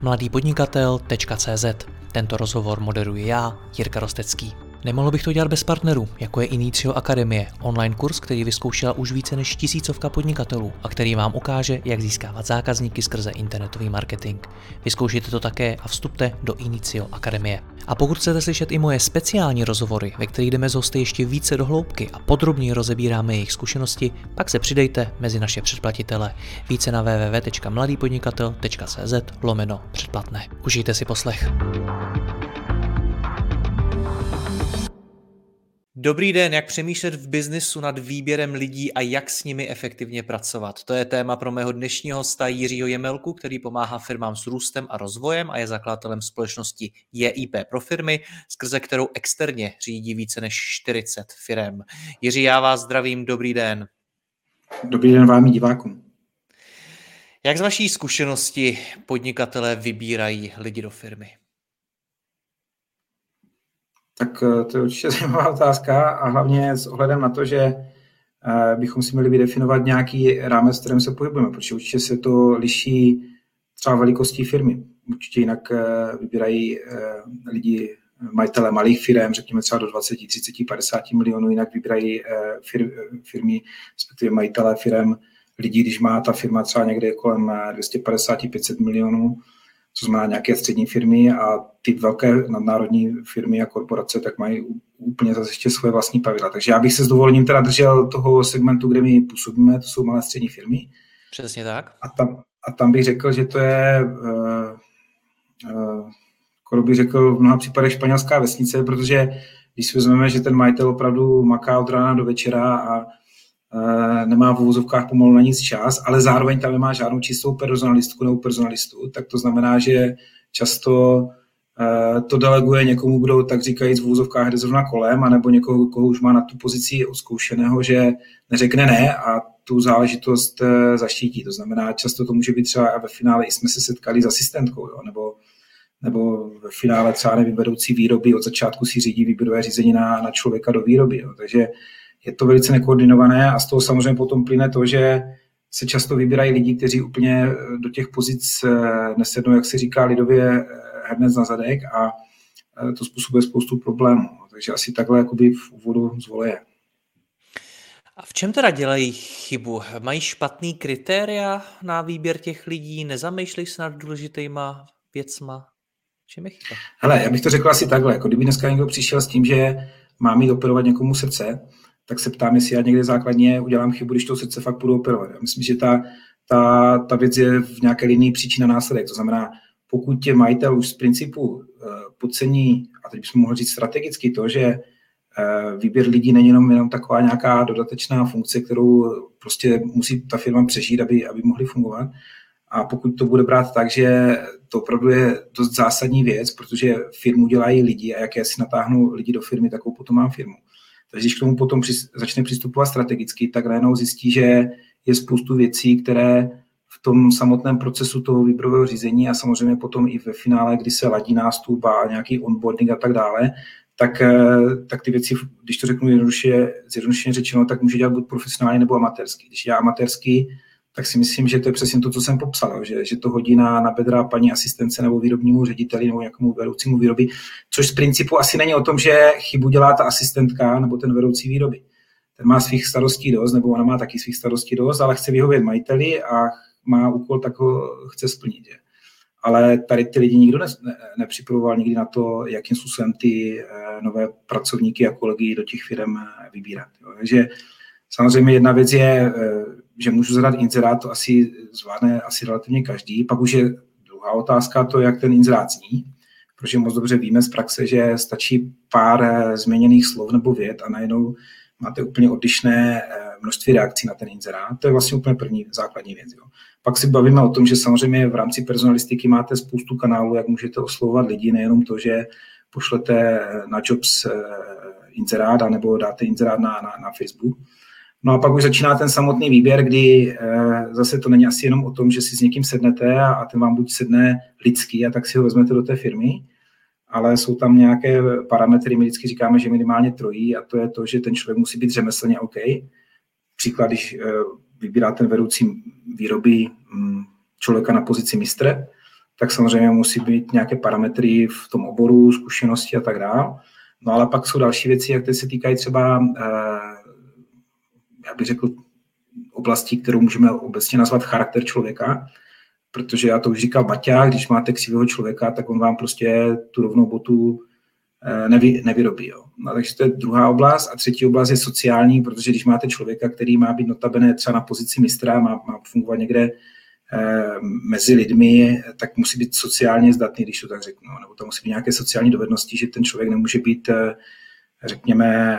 mladýpodnikatel.cz. Tento rozhovor moderuji já, Jirka Rostecký. Nemohl bych to dělat bez partnerů, jako je Inicio Akademie, online kurz, který vyzkoušela už více než 1000 podnikatelů a který vám ukáže, jak získávat zákazníky skrze internetový marketing. Vyzkoušejte to také a vstupte do Inicio Akademie. A pokud chcete slyšet i moje speciální rozhovory, ve kterých jdeme s hosty ještě více do hloubky a podrobněji rozebíráme jejich zkušenosti, pak se přidejte mezi naše předplatitele. Více na www.mladýpodnikatel.cz/předplatné. Užijte si poslech. Dobrý den, jak přemýšlet v biznisu nad výběrem lidí a jak s nimi efektivně pracovat. To je téma pro mého dnešního hosta Jiřího Jemelku, který pomáhá firmám s růstem a rozvojem a je zakladatelem společnosti JIP pro firmy, skrze kterou externě řídí více než 40 firem. Jiří, já vás zdravím, dobrý den. Dobrý den vám i divákům. Jak z vaší zkušenosti podnikatelé vybírají lidi do firmy? Tak to je určitě zajímavá otázka a hlavně s ohledem na to, že bychom si měli vydefinovat nějaký rámec, v kterém se pohybujeme, protože určitě se to liší třeba velikostí firmy. Určitě jinak vybírají lidi, majitele malých firm, řekněme třeba do 20, 30, 50 milionů, jinak vybírají firmy, respektive majitele firm lidí, když má ta firma třeba někde kolem 250-500 milionů, co znamená nějaké střední firmy, a ty velké nadnárodní firmy a korporace tak mají úplně zase ještě svoje vlastní pravidla. Takže já bych se s dovolením teda držel toho segmentu, kde my působíme, to jsou malé střední firmy. Přesně tak. A tam bych řekl, že to je, skoro bych řekl, v mnoha případech španělská vesnice, protože když si vezmeme, že ten majitel opravdu maká od rána do večera a nemá v uvozovkách pomalu na nic čas, ale zároveň tam nemá žádnou čistou personalistku nebo personalistu, tak to znamená, že často to deleguje někomu, kdo tak říkajíc v uvozovkách jde zrovna kolem, anebo někoho, koho už má na tu pozici odzkoušeného, že neřekne ne a tu záležitost zaštítí. To znamená, často to může být třeba ve finále i jsme se setkali s asistentkou, jo, nebo ve finále třeba nevím, vedoucí výroby od začátku si řídí výběrové řízení na člověka do výroby. Jo. Takže je to velice nekoordinované a z toho samozřejmě potom plyne to, že se často vybírají lidi, kteří úplně do těch pozic nesednou, jak se říká lidově, hernec na zadek, a to způsobuje spoustu problémů. Takže asi takhle jakoby v úvodu zvoleje. A v čem teda dělají chybu? Mají špatný kritéria na výběr těch lidí? Nezamýšlej se nad důležitýma věcma? V čem je chyba? Hele, já bych to řekl asi takhle. Jako kdyby dneska někdo přišel s tím, že má mít operovat někomu srdce, tak se ptám, jestli já někde základně udělám chybu, když to srdce fakt budu operovat. Já myslím, že ta věc je v nějaké linii příčina následek. To znamená, pokud tě majitel už z principu podcení, a teď bychom mohli říct strategicky to, že výběr lidí není jenom taková nějaká dodatečná funkce, kterou prostě musí ta firma přežít, aby mohly fungovat. A pokud to bude brát tak, že to opravdu je dost zásadní věc, protože firmu dělají lidi a jak já si natáhnu lidi do firmy, takovou potom mám firmu. Takže když k tomu potom začne přistupovat strategicky, tak najednou zjistí, že je spoustu věcí, které v tom samotném procesu toho výběrového řízení a samozřejmě potom i ve finále, kdy se ladí nástup a nějaký onboarding a tak dále, tak ty věci, když to řeknu zjednodušeně řečeno, tak může dělat buď profesionálně nebo amatérsky. Když dělá amatérsky, tak si myslím, že to je přesně to, co jsem popsal, že to hodí na bedra paní asistence nebo výrobnímu řediteli nebo nějakému vedoucímu výroby, což z principu asi není o tom, že chybu dělá ta asistentka nebo ten vedoucí výroby. Ten má svých starostí dost, nebo ona má taky svých starostí dost, ale chce vyhovět majiteli a má úkol, tak ho chce splnit. Je. Ale tady ty lidi nikdo nepřipravoval nikdy na to, jakým způsobem ty nové pracovníky a kolegy do těch firm vybírat. Jo. Takže samozřejmě jedna věc je, že můžu zadat inzerát, to asi zvládne relativně každý. Pak už je druhá otázka, to, jak ten inzerát zní, protože moc dobře víme z praxe, že stačí pár změněných slov nebo vět a najednou máte úplně odlišné množství reakcí na ten inzerát. To je vlastně úplně první základní věc. Jo. Pak si bavíme o tom, že samozřejmě v rámci personalistiky máte spoustu kanálů, jak můžete oslovovat lidi, nejenom to, že pošlete na Jobs inzerát nebo dáte inzerát na Facebook. No a pak už začíná ten samotný výběr, kdy zase to není asi jenom o tom, že si s někým sednete a ten vám buď sedne lidsky a tak si ho vezmete do té firmy, ale jsou tam nějaké parametry, my vždycky říkáme, že minimálně trojí, a to je to, že ten člověk musí být řemeslně OK. Příklad, když vybírá ten vedoucí výroby člověka na pozici mistr, tak samozřejmě musí být nějaké parametry v tom oboru, zkušenosti a tak dále. No ale pak jsou další věci, jak se týkají třeba, já bych řekl, oblasti, kterou můžeme obecně nazvat charakter člověka, protože já to už říkal Baťa, když máte křivého člověka, tak on vám prostě tu rovnou botu nevyrobí. Jo. No, takže to je druhá oblast. A třetí oblast je sociální, protože když máte člověka, který má být notabene třeba na pozici mistra, má fungovat někde mezi lidmi, tak musí být sociálně zdatný, když to tak řeknu. Nebo tam musí být nějaké sociální dovednosti, že ten člověk nemůže být, řekněme,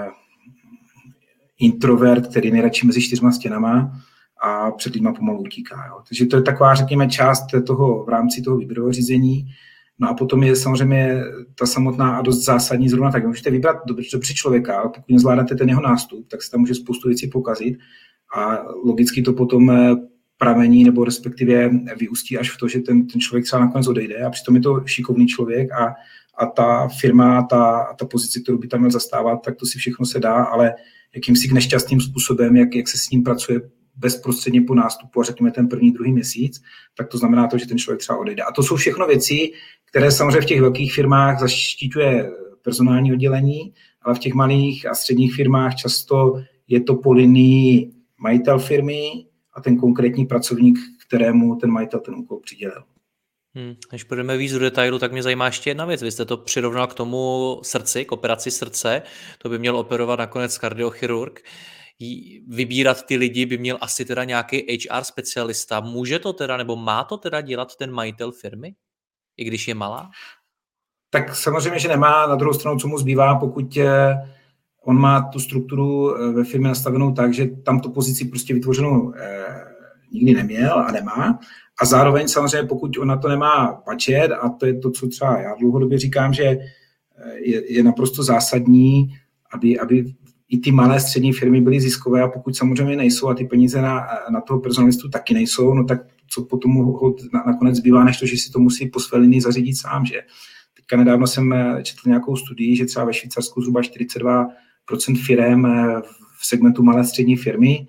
introvert, který nejradši mezi 4 stěnama a před lidma pomalu utíká. Jo. Takže to je taková, řekněme, část toho v rámci toho výběrového řízení. No a potom je samozřejmě ta samotná a dost zásadní zrovna tak. Můžete vybrat dobře člověka, ale pokud nezvládáte ten jeho nástup, tak se tam může spoustu věcí pokazit a logicky to potom pramení nebo respektive vyústí až v to, že ten člověk třeba nakonec odejde a přitom je to šikovný člověk a ta firma, ta pozice, kterou by tam měl zastávat, tak to si všechno se dá, ale jakýmsi nešťastným způsobem, jak se s ním pracuje bezprostředně po nástupu a řekněme ten první, druhý měsíc, tak to znamená to, že ten člověk třeba odejde. A to jsou všechno věci, které samozřejmě v těch velkých firmách zaštiťuje personální oddělení, ale v těch malých a středních firmách často je to po linii majitel firmy a ten konkrétní pracovník, kterému ten majitel ten úkol přidělil. Než půjdeme víc do detailu, tak mě zajímá ještě jedna věc. Vy jste to přirovnal k tomu srdci, k operaci srdce. To by měl operovat nakonec kardiochirurg. Vybírat ty lidi by měl asi teda nějaký HR specialista. Může to teda, nebo má to teda dělat ten majitel firmy, i když je malá? Tak samozřejmě, že nemá. Na druhou stranu, co mu zbývá, pokud on má tu strukturu ve firmě nastavenou tak, že tam tu pozici prostě vytvořenou nikdy neměl a nemá. A zároveň samozřejmě, pokud on na to nemá budget, a to je to, co třeba já dlouhodobě říkám, že je naprosto zásadní, aby i ty malé střední firmy byly ziskové, a pokud samozřejmě nejsou a ty peníze na toho personalistu taky nejsou, no tak co potom nakonec zbývá, než to, že si to musí po své linii zařídit sám, že? Teďka nedávno jsem četl nějakou studii, že třeba ve Švýcarsku zhruba 42% firem v segmentu malé střední firmy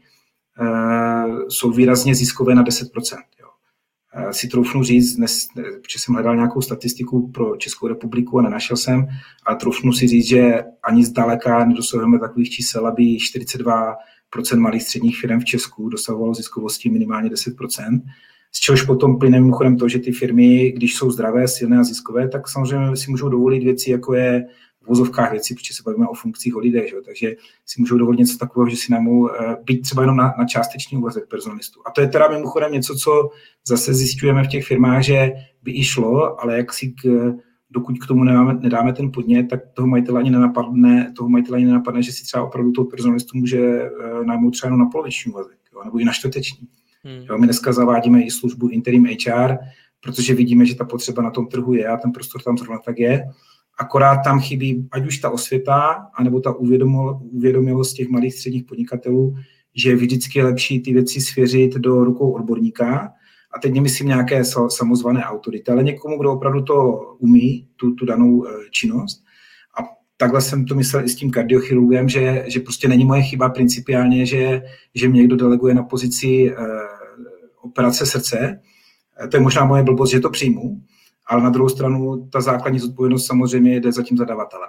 jsou výrazně ziskové na 10%. Jo. Si troufnu říct, protože jsem hledal nějakou statistiku pro Českou republiku a nenašel jsem, ale troufnu si říct, že ani zdaleka nedosahujeme takových čísel, aby 42% malých středních firm v Česku dosahovalo ziskovosti minimálně 10%. Z čehož potom plyne mimochodem to, že ty firmy, když jsou zdravé, silné a ziskové, tak samozřejmě si můžou dovolit věci, jako je v vozovkách věci, protože se bavíme o funkcích, o lidech, že? Takže si můžou dovolit něco takového, že si najmou být třeba jenom na částečný úvazek personalistů. A to je teda mimochodem něco, co zase zjišťujeme v těch firmách, že by i šlo, ale dokud k tomu nedáme ten podnět, tak toho majitele ani nenapadne, že si třeba opravdu toho personalistu může najmout třeba jenom na poloviční úvazek, jo? Nebo i na čtvrteční. Jo, my dneska zavádíme i službu interim HR, protože vidíme, že ta potřeba na tom trhu je a ten prostor tam zrovna tak je. Akorát tam chybí ať už ta osvěta, anebo ta uvědomilost těch malých středních podnikatelů, že vždycky je lepší ty věci svěřit do rukou odborníka. A teď nemyslím nějaké samozvané autority, ale někomu, kdo opravdu to umí, tu danou činnost. A takhle jsem to myslel i s tím kardiochirurgem, že prostě není moje chyba principiálně, že mě někdo deleguje na pozici operace srdce. To je možná moje blbost, že to přijmu, ale na druhou stranu ta základní zodpovědnost samozřejmě jde za tím zadavatelem.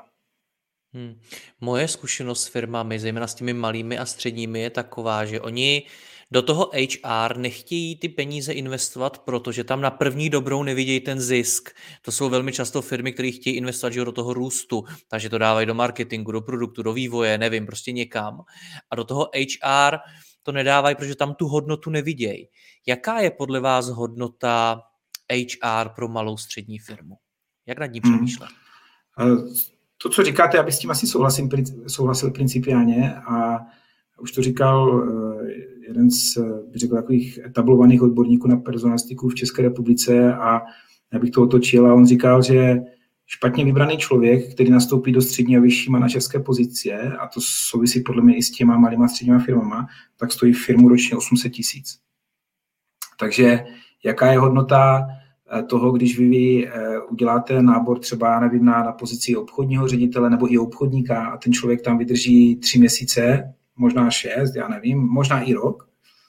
Moje zkušenost s firmami, zejména s těmi malými a středními, je taková, že oni do toho HR nechtějí ty peníze investovat, protože tam na první dobrou nevidějí ten zisk. To jsou velmi často firmy, které chtějí investovat do toho růstu, takže to dávají do marketingu, do produktu, do vývoje, nevím, prostě někam. A do toho HR to nedávají, protože tam tu hodnotu nevidějí. Jaká je podle vás hodnota HR pro malou střední firmu? Jak nad ní přemýšlet? To, co říkáte, já bych s tím asi souhlasil principiálně a už to říkal jeden z, bych řekl, takových etablovaných odborníků na personalistiku v České republice a já bych to otočil a on říkal, že špatně vybraný člověk, který nastoupí do střední a vyšší manažerské pozice, a to souvisí podle mě i s těma malýma středníma firmama, tak stojí firmu ročně 800 000. Takže jaká je hodnota toho, když vy uděláte nábor třeba, nevím, na pozici obchodního ředitele nebo i obchodníka a ten člověk tam vydrží 3 měsíce, možná 6, já nevím, možná i rok.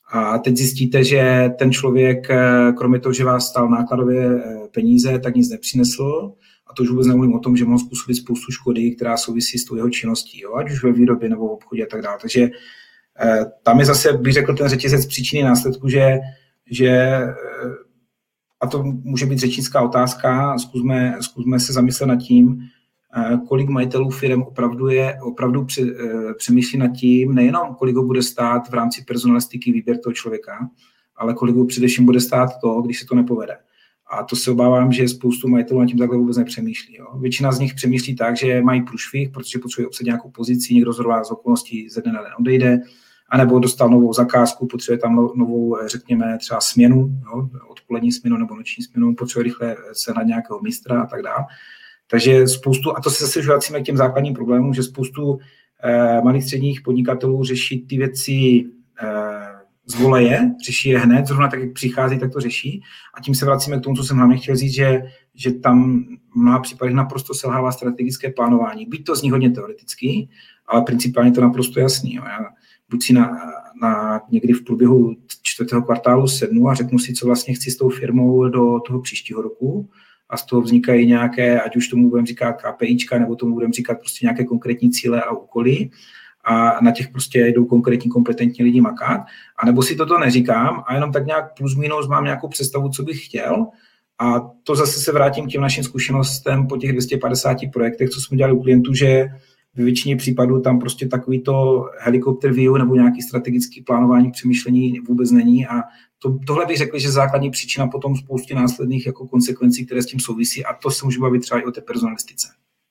A teď zjistíte, že ten člověk, kromě toho, že vás stál nákladově peníze, tak nic nepřinesl. A to už vůbec nemluvím o tom, že mohl způsobit spoustu škody, která souvisí s tou jeho činností, jo? Ať už ve výrobě nebo v obchodě a tak dále. Takže tam je zase, bych řekl, ten řetězec příčiny následku, že a to může být řečnická otázka, zkusme se zamyslet nad tím, kolik majitelů firem opravdu přemýšlí nad tím, nejenom kolik ho bude stát v rámci personalistiky výběr toho člověka, ale kolik ho především bude stát to, když se to nepovede. A to se obávám, že spoustu majitelů nad tím takhle vůbec nepřemýšlí. Jo. Většina z nich přemýšlí tak, že mají průšvih, protože potřebuje obsadit nějakou pozici, někdo zrovna z okolností ze dne na den odejde, anebo dostal novou zakázku, potřebuje tam novou, řekněme, třeba směnu, jo, odpolední směnu nebo noční směnu, potřebuje rychle sehnat nějakého mistra a tak dále. Takže spoustu, a to se zase už vracíme k těm základním problémům, že spoustu malých středních podnikatelů řeší ty věci z voleje, řeší je hned, zrovna tak, jak přichází, tak to řeší. A tím se vracíme k tomu, co jsem hlavně chtěl říct, že tam v mnoha případech naprosto selhává strategické plánování. Byť to zní hodně teoreticky, ale principiálně to naprosto jasný. Jo. Já buď si někdy v průběhu 4. kvartálu sednu a řeknu si, co vlastně chci s tou firmou do toho příštího roku, a z toho vznikají nějaké, ať už tomu budeme říkat KPIčka, nebo tomu budeme říkat prostě nějaké konkrétní cíle a úkoly, a na těch prostě jdou konkrétní kompetentní lidi makat, anebo si toto neříkám a jenom tak nějak plus minus mám nějakou představu, co bych chtěl, a to zase se vrátím k těm našim zkušenostem po těch 250 projektech, co jsme dělali u klientů, že ve většině případů tam prostě takovýto helikopter view nebo nějaký strategický plánování, přemýšlení vůbec není, a tohle bych řekl, že základní příčina potom spoustě následných jako konsekvencí, které s tím souvisí, a to se může bavit třeba i o té personalistice.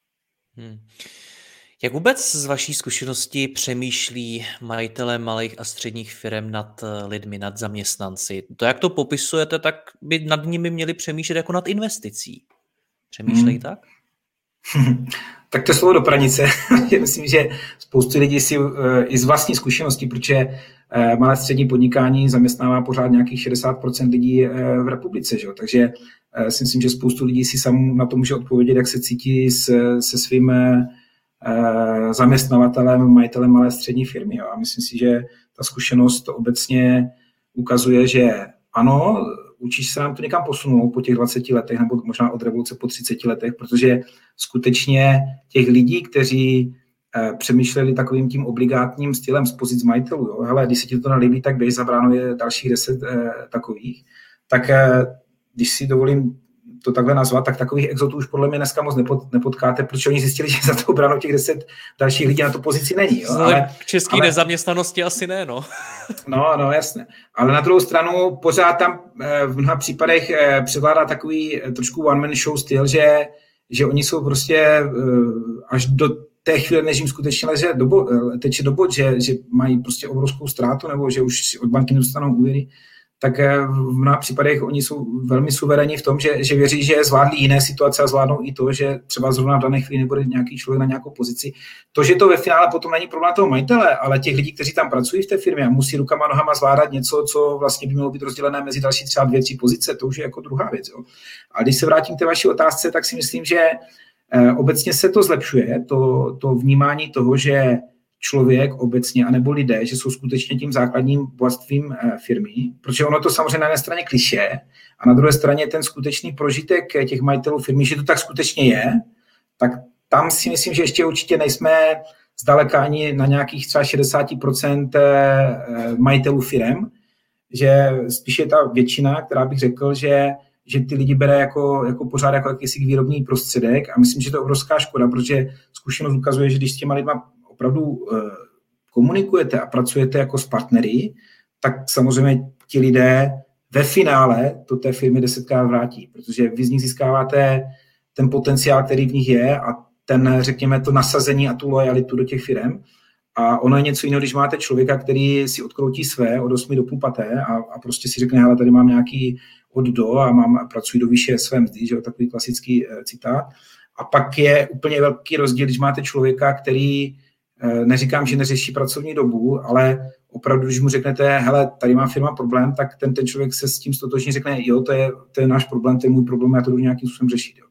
Jak vůbec z vaší zkušenosti přemýšlí majitelé malých a středních firm nad lidmi, nad zaměstnanci? To, jak to popisujete, tak by nad nimi měli přemýšlet jako nad investicí. Přemýšlejí tak? Tak to je slovo do pranice. Myslím, že spoustu lidí si i z vlastní zkušenosti, protože malé střední podnikání zaměstnává pořád nějakých 60% lidí v republice. Že? Takže si myslím, že spoustu lidí si sam na to může odpovědět, jak se cítí se svým zaměstnavatelem, majitelem malé střední firmy. Jo? A myslím si, že ta zkušenost obecně ukazuje, že ano, určitě se nám to někam posunulo po těch 20 letech, nebo možná od revoluce po 30 letech, protože skutečně těch lidí, kteří přemýšleli takovým tím obligátním stylem z pozic majitelů, jo, hele, když se ti to nelíbí, tak běž, zabráno je dalších 10 takových, tak když si dovolím to takhle nazvat, tak takových exotů už podle mě dneska moc nepotkáte, protože oni zjistili, že za to bráno těch 10 dalších lidí na tu pozici není. Jo? Ale k české nezaměstnanosti asi ne, no. No, jasně. Ale na druhou stranu pořád tam v mnoha případech převládá takový trošku one-man show styl, že oni jsou prostě až do té chvíle, než jim skutečně teče do bod, že mají prostě obrovskou ztrátu, nebo že už od banky nedostanou úvěry, tak v mnoha případech oni jsou velmi suverénní v tom, že věří, že zvládli jiné situace a zvládnou i to, že třeba zrovna v dané chvíli nebude nějaký člověk na nějakou pozici. To, že to ve finále potom není problém toho majitele, ale těch lidí, kteří tam pracují v té firmě a musí rukama nohama zvládat něco, co vlastně by mělo být rozdělené mezi další třeba 2-3 pozice, to už je jako druhá věc. Jo. A když se vrátím k té vaší otázce, tak si myslím, že obecně se to zlepšuje, to vnímání toho, že člověk obecně, anebo lidé, že jsou skutečně tím základním bohatstvím firmy, protože ono to samozřejmě na jedné straně klišé a na druhé straně ten skutečný prožitek těch majitelů firmy, že to tak skutečně je, tak tam si myslím, že ještě určitě nejsme zdaleka ani na nějakých třeba 60% majitelů firem, že spíš je ta většina, která bych řekl, že ty lidi bere jako pořád jako jakýsi výrobní prostředek, a myslím, že to je obrovská škoda, protože zkušenost ukazuje, že když s těma lidma opravdu komunikujete a pracujete jako s partnery, tak samozřejmě ti lidé ve finále to té firmy 10krát vrátí, protože vy z nich získáváte ten potenciál, který v nich je, a ten, řekněme, to nasazení a tu lojalitu do těch firm. A ono je něco jiného, když máte člověka, který si odkroutí své od 8 do půl paté a prostě si řekne, hele, tady mám nějaký od do a pracuji do výše své mzdy, že jo, takový klasický citát. A pak je úplně velký rozdíl, když máte člověka, který, neříkám, že neřeší pracovní dobu, ale opravdu, když mu řeknete, hele, tady má firma problém, tak ten člověk se s tím stotočně řekne, jo, to je náš problém, to je můj problém, já to jdu nějakým způsobem řešit. Jo.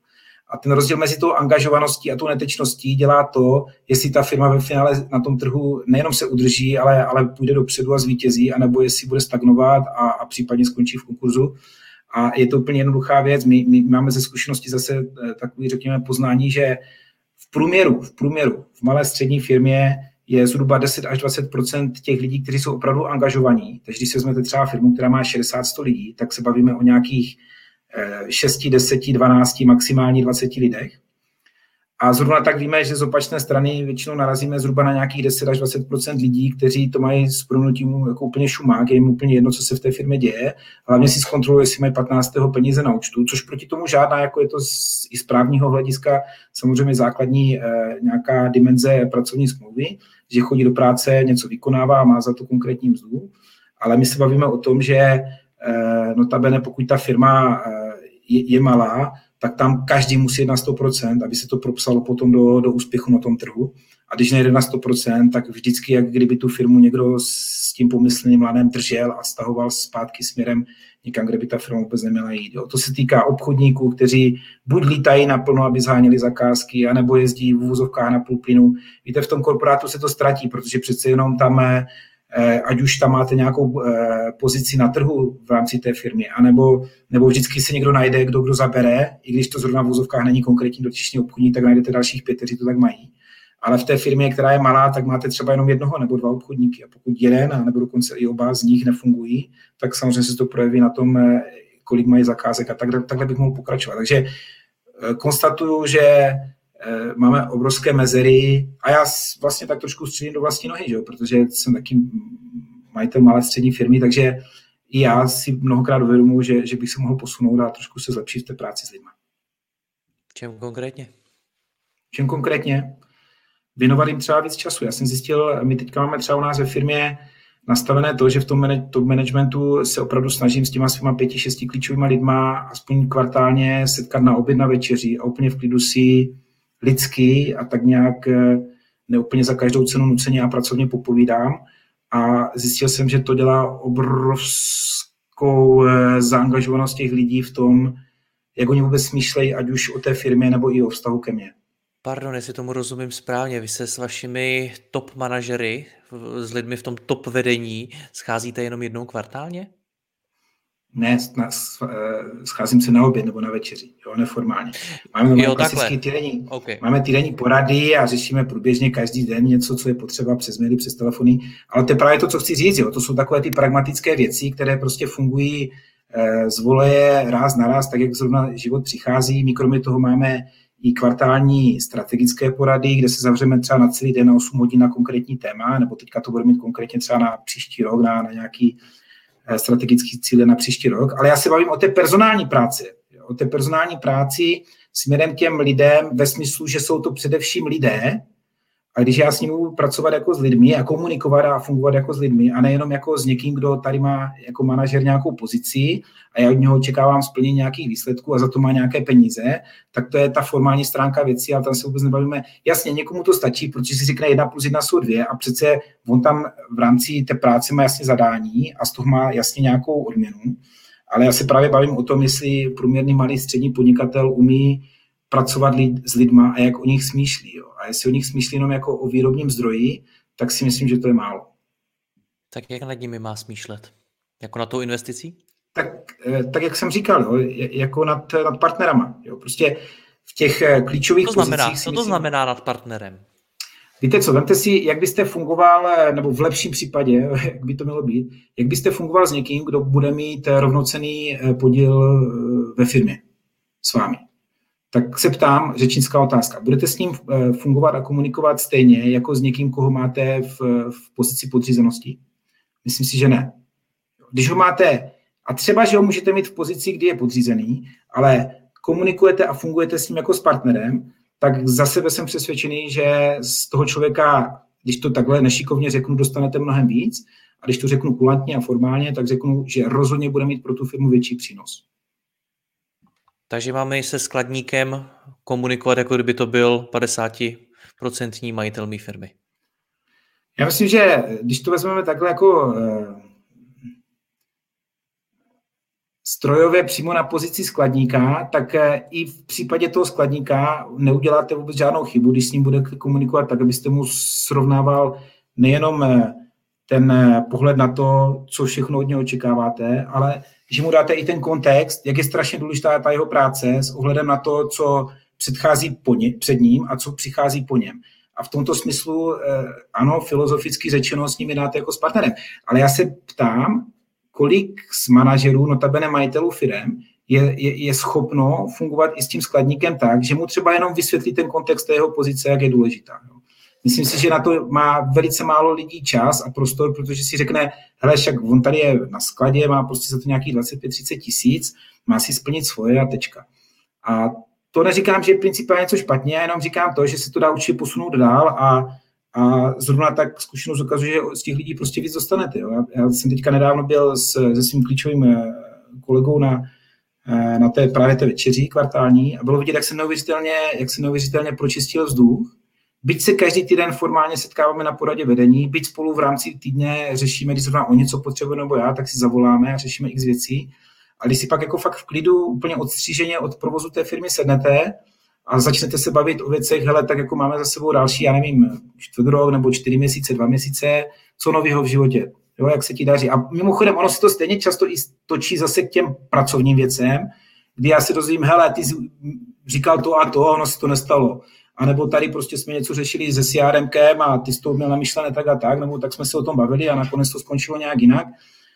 A ten rozdíl mezi tou angažovaností a tou netečností dělá to, jestli ta firma ve finále na tom trhu nejenom se udrží, ale půjde dopředu a zvítězí, anebo jestli bude stagnovat a případně skončí v konkurzu. A je to úplně jednoduchá věc. My máme ze zkušenosti zase takový, řekněme, poznání, že v průměru v malé střední firmě je zhruba 10 až 20% těch lidí, kteří jsou opravdu angažovaní. Takže když si vezmete třeba firmu, která má 60-100 lidí, tak se bavíme o nějakých 6, 10, 12, maximálně 20 lidech. A zrovna tak víme, že z opačné strany většinou narazíme zhruba na nějakých 10 až 20% lidí, kteří to mají s prominutím jako úplně šumák, je jim úplně jedno, co se v té firmě děje. Hlavně si zkontrolují, jestli mají 15. peníze na účtu, což proti tomu žádná, jako je to i z právního hlediska samozřejmě základní nějaká dimenze pracovní smlouvy, že chodí do práce, něco vykonává a má za to konkrétní mzdu. Ale my se bavíme o tom, že notabene, pokud ta firma je malá, tak tam každý musí jít na 100%, aby se to propsalo potom do úspěchu na tom trhu. A když nejde na 100%, tak vždycky, jak kdyby tu firmu někdo s tím pomyslným lanem držel a stahoval zpátky směrem někam, kde by ta firma vůbec neměla jít. Jo. To se týká obchodníků, kteří buď lítají naplno, aby zháněli zakázky, anebo jezdí v uvozovkách na půl plynu. Víte, v tom korporátu se to ztratí, protože přece jenom tam ať už tam máte nějakou pozici na trhu v rámci té firmy, nebo vždycky se někdo najde, kdo zabere, i když to zrovna v vozovkách není konkrétní dotyčný obchodník, tak najdete dalších 5, kteří to tak mají. Ale v té firmě, která je malá, tak máte třeba jenom jednoho nebo 2 obchodníky. A pokud jeden, nebo dokonce i oba z nich nefungují, tak samozřejmě se to projeví na tom, kolik mají zakázek a takhle bych mohl pokračovat. Takže konstatuju, že máme obrovské mezery a já vlastně tak trošku střílím do vlastní nohy, že? Protože jsem taky majitel malé střední firmy, takže i já si mnohokrát uvědomuji, že bych se mohl posunout a trošku se zlepšit v té práci s lidmi. Čem konkrétně? Věnovat jim třeba víc času. Já jsem zjistil, my teďka máme třeba u nás ve firmě nastavené to, že v tom top managementu se opravdu snažím s těma svýma 5-6 klíčovýma lidma aspoň kvartálně setkat na oběd, na večeři a úplně v klidu si lidsky a tak nějak neúplně za každou cenu nuceně a pracovně popovídám. A zjistil jsem, že to dělá obrovskou zaangažovanost těch lidí v tom, jak oni vůbec smýšlejí, ať už o té firmě nebo i o vztahu ke mně. Pardon, jestli tomu rozumím správně, vy se s vašimi top manažery, s lidmi v tom top vedení, scházíte jenom jednou kvartálně? Ne, scházím se na oběd nebo na večeři, jo, neformálně. Máme klasický týdenní, máme týdenní porady a řešíme průběžně každý den něco, co je potřeba přes maily, přes telefony, ale to je právě to, co chci říct, jo. To jsou takové ty pragmatické věci, které prostě fungují z voleje ráz na ráz, tak jak zrovna život přichází. My kromě toho máme i kvartální strategické porady, kde se zavřeme třeba na celý den na 8 hodin na konkrétní téma, nebo teďka to budeme mít konkrétně třeba na příští rok, na nějaký strategický cíle na příští rok. Ale já se bavím o té personální práci. O té personální práci směrem těm lidem ve smyslu, že jsou to především lidé, a když já s nimi budu pracovat jako s lidmi a komunikovat a fungovat jako s lidmi a nejenom jako s někým, kdo tady má jako manažer nějakou pozici a já od něho očekávám splnění nějakých výsledků a za to má nějaké peníze, tak to je ta formální stránka věcí, ale tam se vůbec nebavíme. Jasně, někomu to stačí, protože si řekne 1+1 jsou 2 a přece on tam v rámci té práce má jasně zadání a z toho má jasně nějakou odměnu. Ale já se právě bavím o tom, jestli průměrný malý střední podnikatel umí pracovat s lidma a jak o nich smýšlí. Jo. A jestli o nich smýšlí jenom jako o výrobním zdroji, tak si myslím, že to je málo. Tak jak nad nimi má smýšlet? Jako na tou investicí? Tak jak jsem říkal, jo, jako nad partnerama. Jo. Prostě v těch klíčových pozicích... Co to znamená nad partnerem? Víte co, vemte si, jak byste fungoval, nebo v lepším případě, jak by to mělo být, jak byste fungoval s někým, kdo bude mít rovnocenný podíl ve firmě s vámi. Tak se ptám, řečnická otázka. Budete s ním fungovat a komunikovat stejně jako s někým, koho máte v pozici podřízenosti? Myslím si, že ne. Když ho máte, a třeba, že ho můžete mít v pozici, kdy je podřízený, ale komunikujete a fungujete s ním jako s partnerem, tak za sebe jsem přesvědčený, že z toho člověka, když to takhle nešikovně řeknu, dostanete mnohem víc, a když to řeknu kulantně a formálně, tak řeknu, že rozhodně bude mít pro tu firmu větší přínos. Takže máme se skladníkem komunikovat, jako kdyby to byl 50% majitel mé firmy. Já myslím, že když to vezmeme takhle jako strojově přímo na pozici skladníka, tak i v případě toho skladníka neuděláte vůbec žádnou chybu, když s ním budete komunikovat tak, abyste mu srovnával nejenom ten pohled na to, co všechno od něho očekáváte, ale že mu dáte i ten kontext, jak je strašně důležitá ta jeho práce s ohledem na to, co předchází před ním a co přichází po něm. A v tomto smyslu, ano, filozoficky řečeno s nimi dáte jako s partnerem. Ale já se ptám, kolik z manažerů, notabene majitelů firem, je schopno fungovat i s tím skladníkem tak, že mu třeba jenom vysvětlí ten kontext té jeho pozice, jak je důležitá. Myslím si, že na to má velice málo lidí čas a prostor, protože si řekne, hele, však on tady je na skladě, má prostě za to nějakých 25-30 tisíc, má si splnit svoje a tečka. A to neříkám, že je principálně něco špatně, jenom říkám to, že se to dá určitě posunout dál a zrovna tak zkušenost ukazuje, že z těch lidí prostě víc dostanete. Jo. Já jsem teďka nedávno byl se svým klíčovým kolegou na právě té večeří kvartální a bylo vidět, jak se neuvěřitelně pročistil vzduch. Byť se každý týden formálně setkáváme na poradě vedení, byť spolu v rámci týdne řešíme, když zrovna o něco potřebuje nebo já, tak si zavoláme a řešíme x věcí. A když si pak jako fakt v klidu, úplně odstříženě od provozu té firmy sednete a začnete se bavit o věcech, hele, tak jako máme za sebou další, já nevím, 4 rok nebo 4 měsíce, 2 měsíce, co nového v životě, jo, jak se ti daří. A mimochodem, ono se to stejně často i točí zase k těm pracovním věcem, kdy já se dozvím, hele, ty jsi říkal to a ono se to nestalo. A nebo tady prostě jsme něco řešili se CRMkem a ty jsi to měl namyšlené tak a tak, nebo tak jsme se o tom bavili a nakonec to skončilo nějak jinak.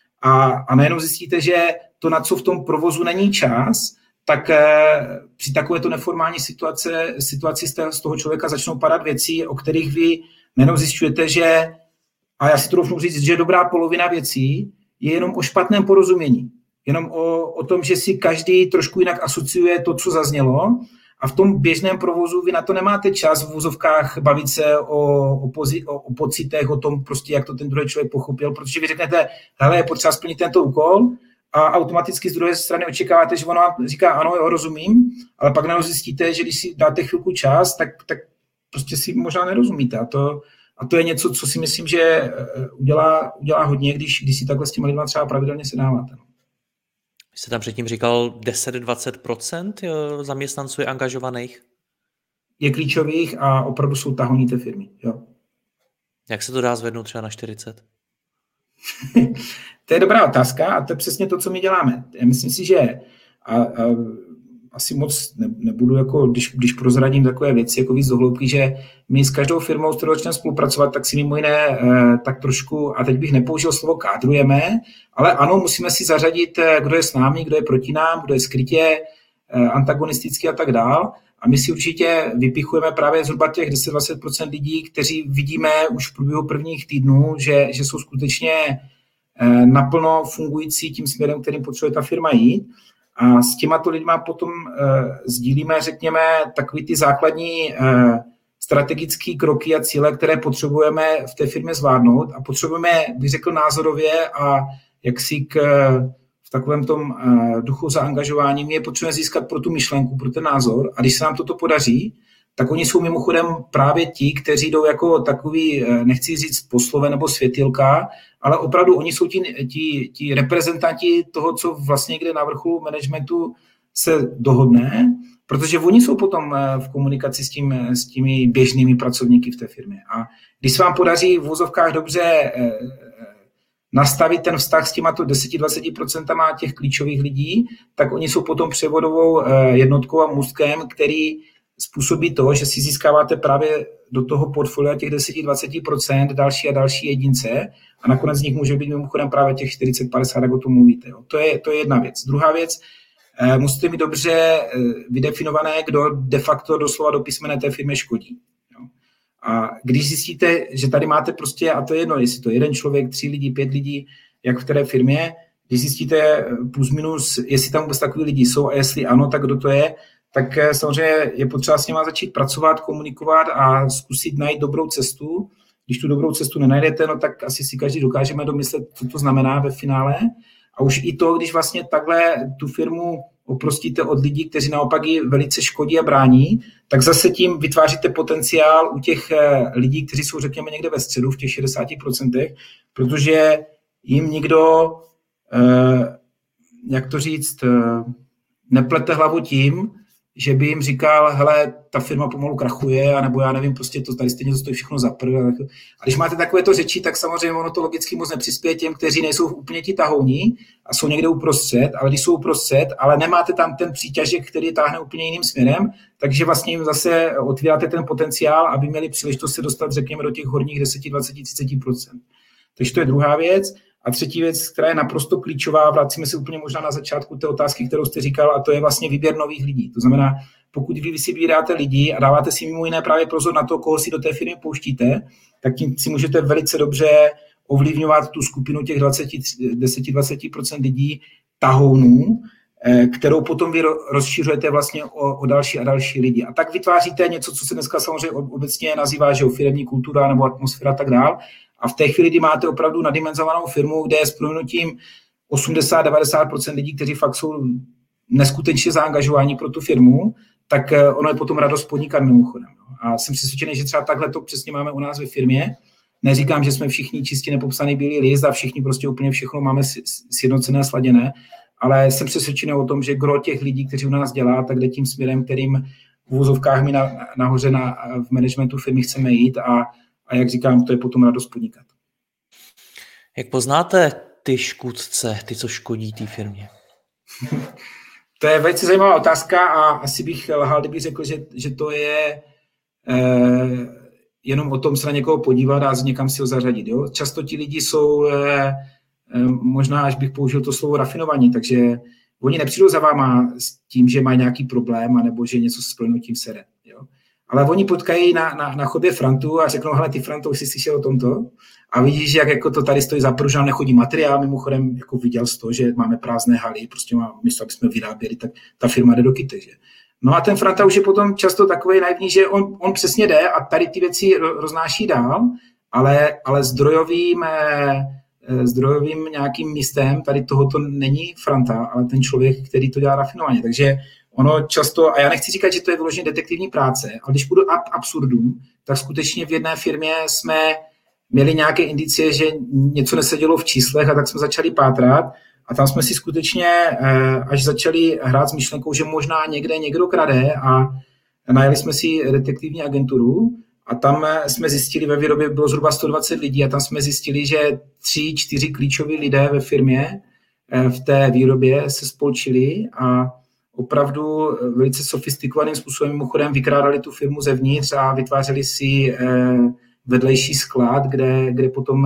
A najednou zjistíte, že to, na co v tom provozu není čas, tak při takovéto neformální situaci z toho člověka začnou padat věcí, o kterých vy nejenom zjišťujete, že, a já si to doufnu říct, že dobrá polovina věcí je jenom o špatném porozumění. Jenom o tom, že si každý trošku jinak asociuje to, co zaznělo, a v tom běžném provozu vy na to nemáte čas v úzovkách bavit se o pocitech, o tom prostě, jak to ten druhý člověk pochopil, protože vy řeknete, hele, je potřeba splnit tento úkol a automaticky z druhé strany očekáváte, že ona říká, ano, jo, rozumím, ale pak najednou zjistíte, že když si dáte chvilku čas, tak prostě si možná nerozumíte. A to je něco, co si myslím, že udělá hodně, když si takhle s těma lidma třeba pravidelně sedáváte. Jste tam předtím říkal 10-20% zaměstnanců je angažovaných? Je klíčových a opravdu jsou tahoní té firmy. Jo. Jak se to dá zvednout třeba na 40? To je dobrá otázka a to je přesně to, co my děláme. Já myslím si, že asi moc nebudu, jako, když prozradím takové věci, jako víc do hloubky, že my s každou firmou, s kterou začneme spolupracovat, tak si mimo jiné tak trošku, a teď bych nepoužil slovo kádrujeme, ale ano, musíme si zařadit, kdo je s námi, kdo je proti nám, kdo je skrytě, antagonisticky a tak dál. A my si určitě vypichujeme právě zhruba těch 10-20% lidí, kteří vidíme už v průběhu prvních týdnů, že jsou skutečně naplno fungující tím směrem, kterým potřebuje ta firma jít. A s těmato lidma potom sdílíme, řekněme, takový ty základní strategické kroky a cíle, které potřebujeme v té firmě zvládnout a potřebujeme, bych řekl, názorově a jaksi v takovém tom duchu zaangažování my je potřebujeme získat pro tu myšlenku, pro ten názor a když se nám toto podaří, tak oni jsou mimochodem právě ti, kteří jdou jako takový, nechci říct poslové nebo světilka, ale opravdu oni jsou ti reprezentanti toho, co vlastně někde na vrcholu managementu se dohodne, protože oni jsou potom v komunikaci s těmi běžnými pracovníky v té firmě. A když se vám podaří v vozovkách dobře nastavit ten vztah s těmato 10-20% těch klíčových lidí, tak oni jsou potom převodovou jednotkou a můstkem, který způsobí to, že si získáváte právě do toho portfolia těch 10-20% další a další jedince a nakonec z nich může být mimochodem právě těch 40-50, jak o tom mluvíte. Jo. To je jedna věc. Druhá věc, musíte mít dobře vydefinované, kdo de facto doslova do písmene té firmě škodí. Jo. A když zjistíte, že tady máte prostě, a to je jedno, jestli to je 1 člověk, 3 lidi, 5 lidí, jak v které firmě, když zjistíte plus minus, jestli tam vůbec takový lidi jsou a jestli ano, tak kdo to je, tak samozřejmě je potřeba s nima začít pracovat, komunikovat a zkusit najít dobrou cestu. Když tu dobrou cestu nenajdete, no tak asi si každý dokážeme domyslet, co to znamená ve finále. A už i to, když vlastně takhle tu firmu oprostíte od lidí, kteří naopak ji velice škodí a brání, tak zase tím vytváříte potenciál u těch lidí, kteří jsou, řekněme, někde ve středu, v těch 60%, protože jim nikdo jak to říct, neplete hlavu tím, že by jim říkal, hele, ta firma pomalu krachuje, anebo já nevím, prostě to tady stejně to stojí všechno za prv. A když máte takovéto řeči, tak samozřejmě ono to logicky moc nepřispěje těm, kteří nejsou úplně ti tahouní a jsou někde uprostřed, ale když jsou uprostřed, ale nemáte tam ten příťažek, který táhne úplně jiným směrem, takže vlastně jim zase otvíráte ten potenciál, aby měli příležitost se dostat, řekněme, do těch horních 10, 20, 30%. Takže to je druhá věc. A třetí věc, která je naprosto klíčová, vracíme se úplně možná na začátku té otázky, kterou jste říkal, a to je vlastně výběr nových lidí. To znamená, pokud vy si vybíráte lidi a dáváte si mimo jiné právě pozor na to, koho si do té firmy pouštíte, tak tím si můžete velice dobře ovlivňovat tu skupinu těch 10-20% lidí tahounů, kterou potom vy rozšiřujete vlastně o další a další lidi. A tak vytváříte něco, co se dneska samozřejmě obecně nazývá, že firemní kultura nebo atmosféra a tak dál. A v té chvíli, kdy máte opravdu nadimenzovanou firmu, kde je s prominutím 80-90% lidí, kteří fakt jsou neskutečně zaangažováni pro tu firmu, tak ono je potom radost podnikat mimochodem. A jsem přesvědčený, že třeba takhle to přesně máme u nás ve firmě. Neříkám, že jsme všichni čistě nepopsaný bílý list a všichni prostě úplně všechno máme sjednocené, sladěné, ale jsem přesvědčený o tom, že gro těch lidí, kteří u nás dělá, tak jde tím směrem, kterým v uvozovkách my nahoře v managementu firmy chceme jít a jak říkám, to je potom radost podnikat. Jak poznáte ty škůdce, ty, co škodí té firmě? To je velice zajímavá otázka a asi bych lhal, kdybych řekl, že to je jenom o tom se na někoho podívat a někam si ho zařadit. Jo? Často ti lidi jsou, možná až bych použil to slovo rafinovaní, takže oni nepřijdou za váma s tím, že mají nějaký problém anebo že něco s plnutím sere. Jo? Ale oni potkají na chodbě Frantu a řeknou, hele, ty Franto, už jsi slyšel o tomto? A vidíš, jak jako to tady stojí za prvé, že nám nechodí materiál, mimochodem jako viděl jsi to, že máme prázdné haly, prostě místo, aby jsme vyráběli, tak ta firma jde do kytek, že? No a ten Franta už je potom často takový naivní, že on přesně jde a tady ty věci roznáší dál, ale zdrojovým nějakým místem tady tohoto není Franta, ale ten člověk, který to dělá rafinovaně. Takže ono často, a já nechci říkat, že to je vyloženě detektivní práce, ale když půjdu ad absurdum, tak skutečně v jedné firmě jsme měli nějaké indicie, že něco nesedělo v číslech a tak jsme začali pátrat a tam jsme si skutečně až začali hrát s myšlenkou, že možná někde někdo krade a najeli jsme si detektivní agenturu a tam jsme zjistili, ve výrobě bylo zhruba 120 lidí a tam jsme zjistili, že 3-4 klíčoví lidé ve firmě v té výrobě se spolčili a opravdu velice sofistikovaným způsobem mimochodem vykrádali tu firmu zevnitř a vytvářeli si vedlejší sklad, kde potom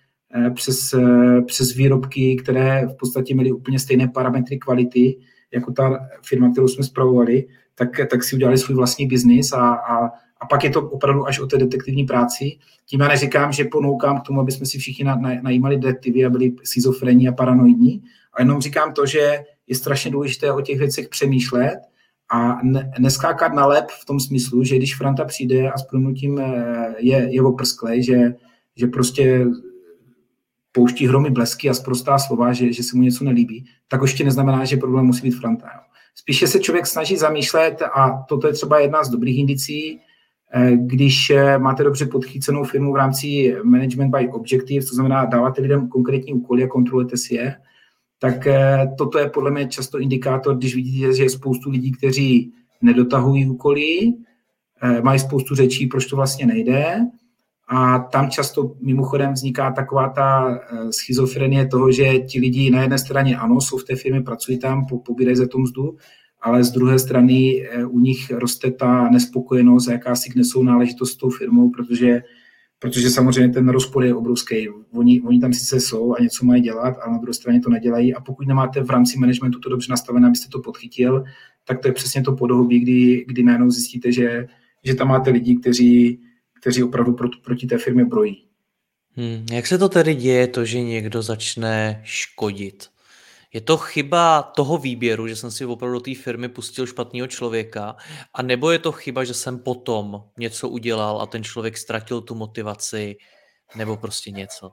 přes výrobky, které v podstatě měly úplně stejné parametry kvality, jako ta firma, kterou jsme spravovali, tak si udělali svůj vlastní biznis a pak je to opravdu až o té detektivní práci. Tím já neříkám, že ponoukám k tomu, aby jsme si všichni najímali detektivy a byli schizofrenní a paranoidní, a jenom říkám to, že je strašně důležité o těch věcech přemýšlet a neskákat na lep v tom smyslu, že když Franta přijde a s prominutím je oprsklej, že prostě pouští hromy blesky a sprostá slova, že se mu něco nelíbí, tak ještě neznamená, že problém musí být Franta. Jo. Spíše se člověk snaží zamýšlet a toto je třeba jedna z dobrých indicí, když máte dobře podchycenou firmu v rámci management by objectives, to znamená dáváte lidem konkrétní úkoly a kontrolujete si je, tak toto je podle mě často indikátor, když vidíte, že je spoustu lidí, kteří nedotahují úkoly, mají spoustu řečí, proč to vlastně nejde. A tam často mimochodem vzniká taková ta schizofrenie toho, že ti lidi na jedné straně ano, jsou v té firmě, pracují tam, pobírají za tu mzdu, ale z druhé strany u nich roste ta nespokojenost a jakási nesounáležitost s tou firmou, protože samozřejmě ten rozpor je obrovský. Oni tam sice jsou a něco mají dělat, ale na druhé straně to nedělají a pokud nemáte v rámci managementu to dobře nastavené, abyste to podchytil, tak to je přesně to podhoubí, kdy najednou zjistíte, že tam máte lidi, kteří opravdu proti té firmě brojí. Jak se to tedy děje, to, že někdo začne škodit? Je to chyba toho výběru, že jsem si opravdu do té firmy pustil špatného člověka, a nebo je to chyba, že jsem potom něco udělal a ten člověk ztratil tu motivaci, nebo prostě něco?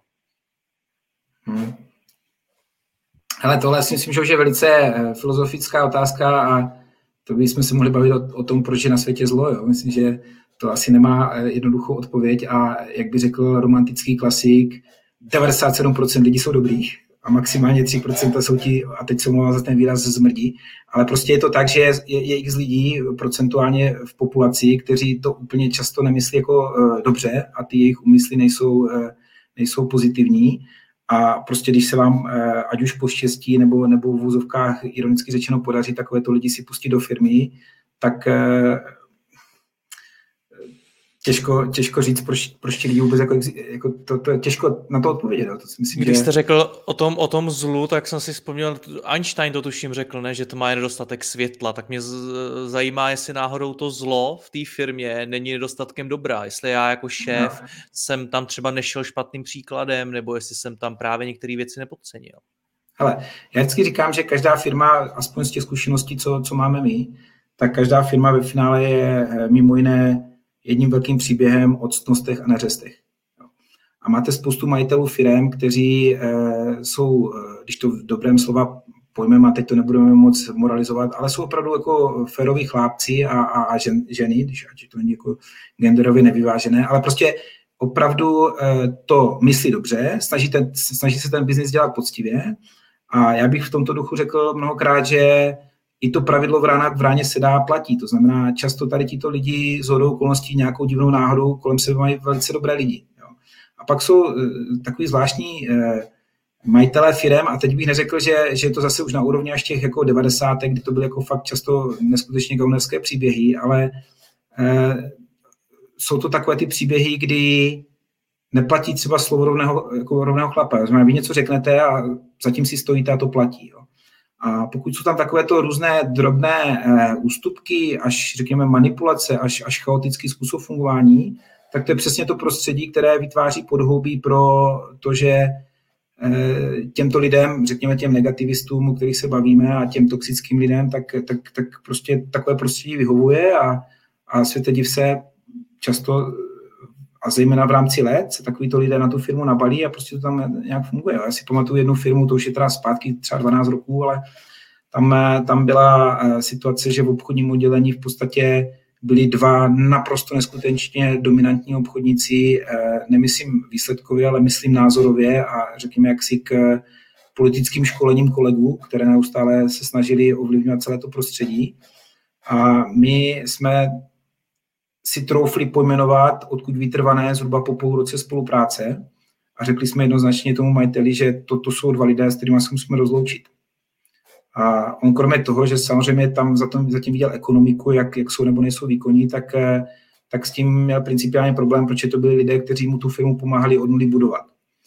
Ale tohle si myslím, že je velice filozofická otázka a to bychom se mohli bavit o tom, proč je na světě zlo. Jo? Myslím, že to asi nemá jednoduchou odpověď a jak by řekl romantický klasik, 97% lidí jsou dobrých a maximálně 3% jsou ti, a teď se mluvám za ten výraz, zmrdí, ale prostě je to tak, že je x lidí procentuálně v populaci, kteří to úplně často nemyslí jako dobře a ty jejich úmysly nejsou pozitivní. A prostě když se vám, ať už poštěstí nebo v vůzovkách ironicky řečeno podaří takovéto lidi si pustit do firmy, tak těžko říct, proč ti lidi vůbec jako to je těžko na to odpovědět. To si myslím, když jste řekl o tom zlu, tak jsem si vzpomněl, Einstein to tuším řekl, ne, že to má nedostatek světla, tak mě zajímá, jestli náhodou to zlo v té firmě není nedostatkem dobra, jestli já jako šéf jsem tam třeba nešel špatným příkladem, nebo jestli jsem tam právě některé věci nepodcenil. Hele, já vždycky říkám, že každá firma, aspoň z těch zkušeností, co máme my, tak každá firma ve finále je mimo jiné jedním velkým příběhem o ctnostech a neřestech. A máte spoustu majitelů firem, kteří jsou, když to v dobrém slova pojmeme, a teď to nebudeme moc moralizovat, ale jsou opravdu jako féroví chlápci a ženy, když ať to není jako genderově nevyvážené, ale prostě opravdu to myslí dobře, snaží se ten biznis dělat poctivě. A já bych v tomto duchu řekl mnohokrát, že i to pravidlo v ráně se dá platí. To znamená, často tady tito lidi z hodou okolností nějakou divnou náhodou kolem sebe mají velice dobré lidi. Jo. A pak jsou takový zvláštní majitelé firem, a teď bych neřekl, že je to zase už na úrovni až těch jako 90, kdy to byly jako fakt často neskutečně gaunerské příběhy, ale jsou to takové ty příběhy, kdy neplatí třeba slovo rovného chlapa. To znamená, vy něco řeknete a zatím si stojíte a to platí. Jo. A pokud jsou tam takovéto různé drobné ústupky, až řekněme manipulace, až chaotický způsob fungování, tak to je přesně to prostředí, které vytváří podhoubí pro to, že těmto lidem, řekněme těm negativistům, o kterých se bavíme, a těm toxickým lidem, tak prostě takové prostředí vyhovuje a světe div se často, a zejména v rámci let, se takovýto lidé na tu firmu nabalí a prostě to tam nějak funguje. Já si pamatuju jednu firmu, to už je teda zpátky třeba 12 roků, ale tam byla situace, že v obchodním oddělení v podstatě byli dva naprosto neskutečně dominantní obchodníci, nemyslím výsledkově, ale myslím názorově a řekněme jaksi k politickým školením kolegů, které neustále se snažili ovlivňovat celé to prostředí. A my jsme si troufli pojmenovat, odkud vytrvané zhruba po půl roce spolupráce, a řekli jsme jednoznačně tomu majiteli, že toto jsou dva lidé, s kterými se musíme rozloučit. A on kromě toho, že samozřejmě tam zatím viděl ekonomiku, jak jsou nebo nejsou výkonní, tak s tím měl principiálně problém, protože to byli lidé, kteří mu tu firmu pomáhali od nuly budovat.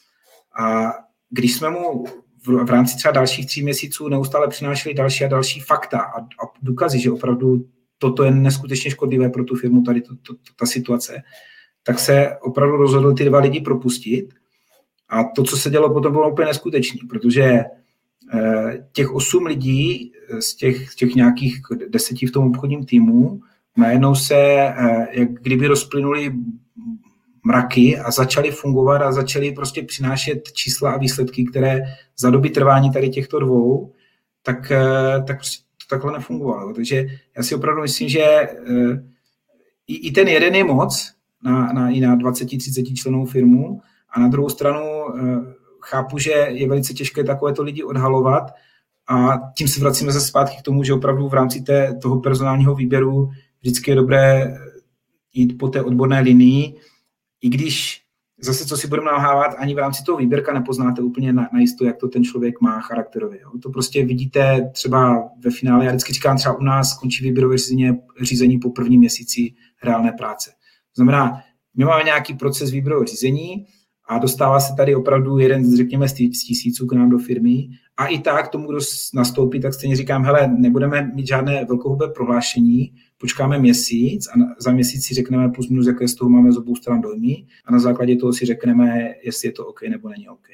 A když jsme mu v rámci třeba dalších 3 měsíců neustále přinášeli další a další fakta a důkazy, že opravdu toto je neskutečně škodlivé pro tu firmu, tady ta situace, tak se opravdu rozhodl ty 2 lidi propustit. A to, co se dělo potom, bylo úplně neskutečné, protože těch 8 lidí z těch nějakých 10 v tom obchodním týmu najednou se jak kdyby rozplynuli mraky a začaly fungovat a začaly prostě přinášet čísla a výsledky, které za doby trvání tady těchto 2, tak prostě to takhle nefungovalo. Takže já si opravdu myslím, že i ten jeden je moc i na 20-30 členů firmu, a na druhou stranu chápu, že je velice těžké takovéto lidi odhalovat, a tím se vracíme zase zpátky k tomu, že opravdu v rámci toho personálního výběru vždycky je dobré jít po té odborné linii, i když zase, co si budeme nalhávat, ani v rámci toho výběrka nepoznáte úplně najisto, jak to ten člověk má charakterově. Jo. To prostě vidíte třeba ve finále, já vždycky říkám, třeba u nás skončí výběrové řízení po 1. měsíci reálné práce. To znamená, my máme nějaký proces výběrového řízení a dostává se tady opravdu jeden, řekněme, z tisíců k nám do firmy, a i tak tomu, kdo nastoupí, tak stejně říkám, hele, nebudeme mít žádné velkohubé prohlášení, počkáme měsíc a za měsíc si řekneme plus minus, jaké z toho máme z obou stran dojmy, a na základě toho si řekneme, jestli je to OK nebo není OK.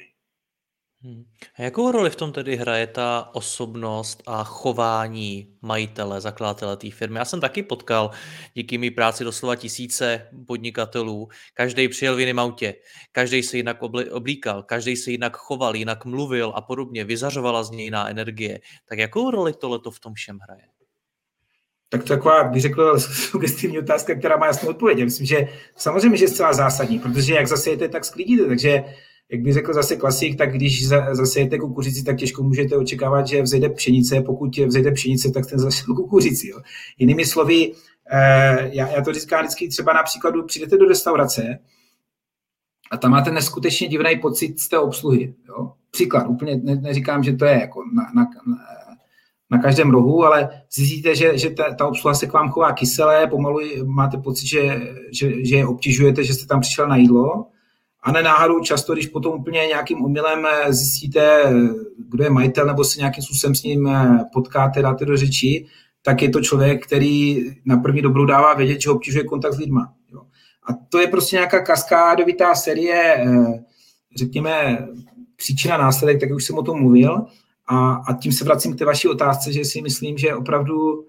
A jakou roli v tom tedy hraje ta osobnost a chování majitele, zakladatele té firmy? Já jsem taky potkal díky mý práci doslova tisíce podnikatelů. Každý přijel v jiném autě, každý se jinak oblíkal, každý se jinak choval, jinak mluvil a podobně. Vyzařovala z něj jiná energie. Tak jakou roli tohleto v tom všem hraje? Tak to taková, bych řekl, sugestivní otázka, která má jasnou odpověď. Já myslím, že samozřejmě, že je zcela zásadní, protože jak zasejete, tak sklidíte. Takže jak by řekl zase klasik, tak když zasejete kukuřici, tak těžko můžete očekávat, že vzejde pšenice, pokud vzejde pšenice, tak ten zase kukuřici. Jo. Jinými slovy, já to říkám vždycky třeba na příkladu, přijdete do restaurace a tam máte neskutečně divný pocit z té obsluhy. Jo. Příklad, úplně neříkám, že to je jako na každém rohu, ale zjistíte, že ta obsluha se k vám chová kyselé, pomalu máte pocit, že je obtěžujete, že jste tam přišel na jídlo. A nenáhodou často, když potom úplně nějakým omylem zjistíte, kdo je majitel, nebo se nějakým způsobem s ním potkáte, dáte do řeči, tak je to člověk, který na první dobrou dává vědět, že obtěžuje kontakt s lidma. Jo. A to je prostě nějaká kaskádovitá série, řekněme, příčina následek, tak už jsem o tom mluvil. A tím se vracím k té vaší otázce, že si myslím, že opravdu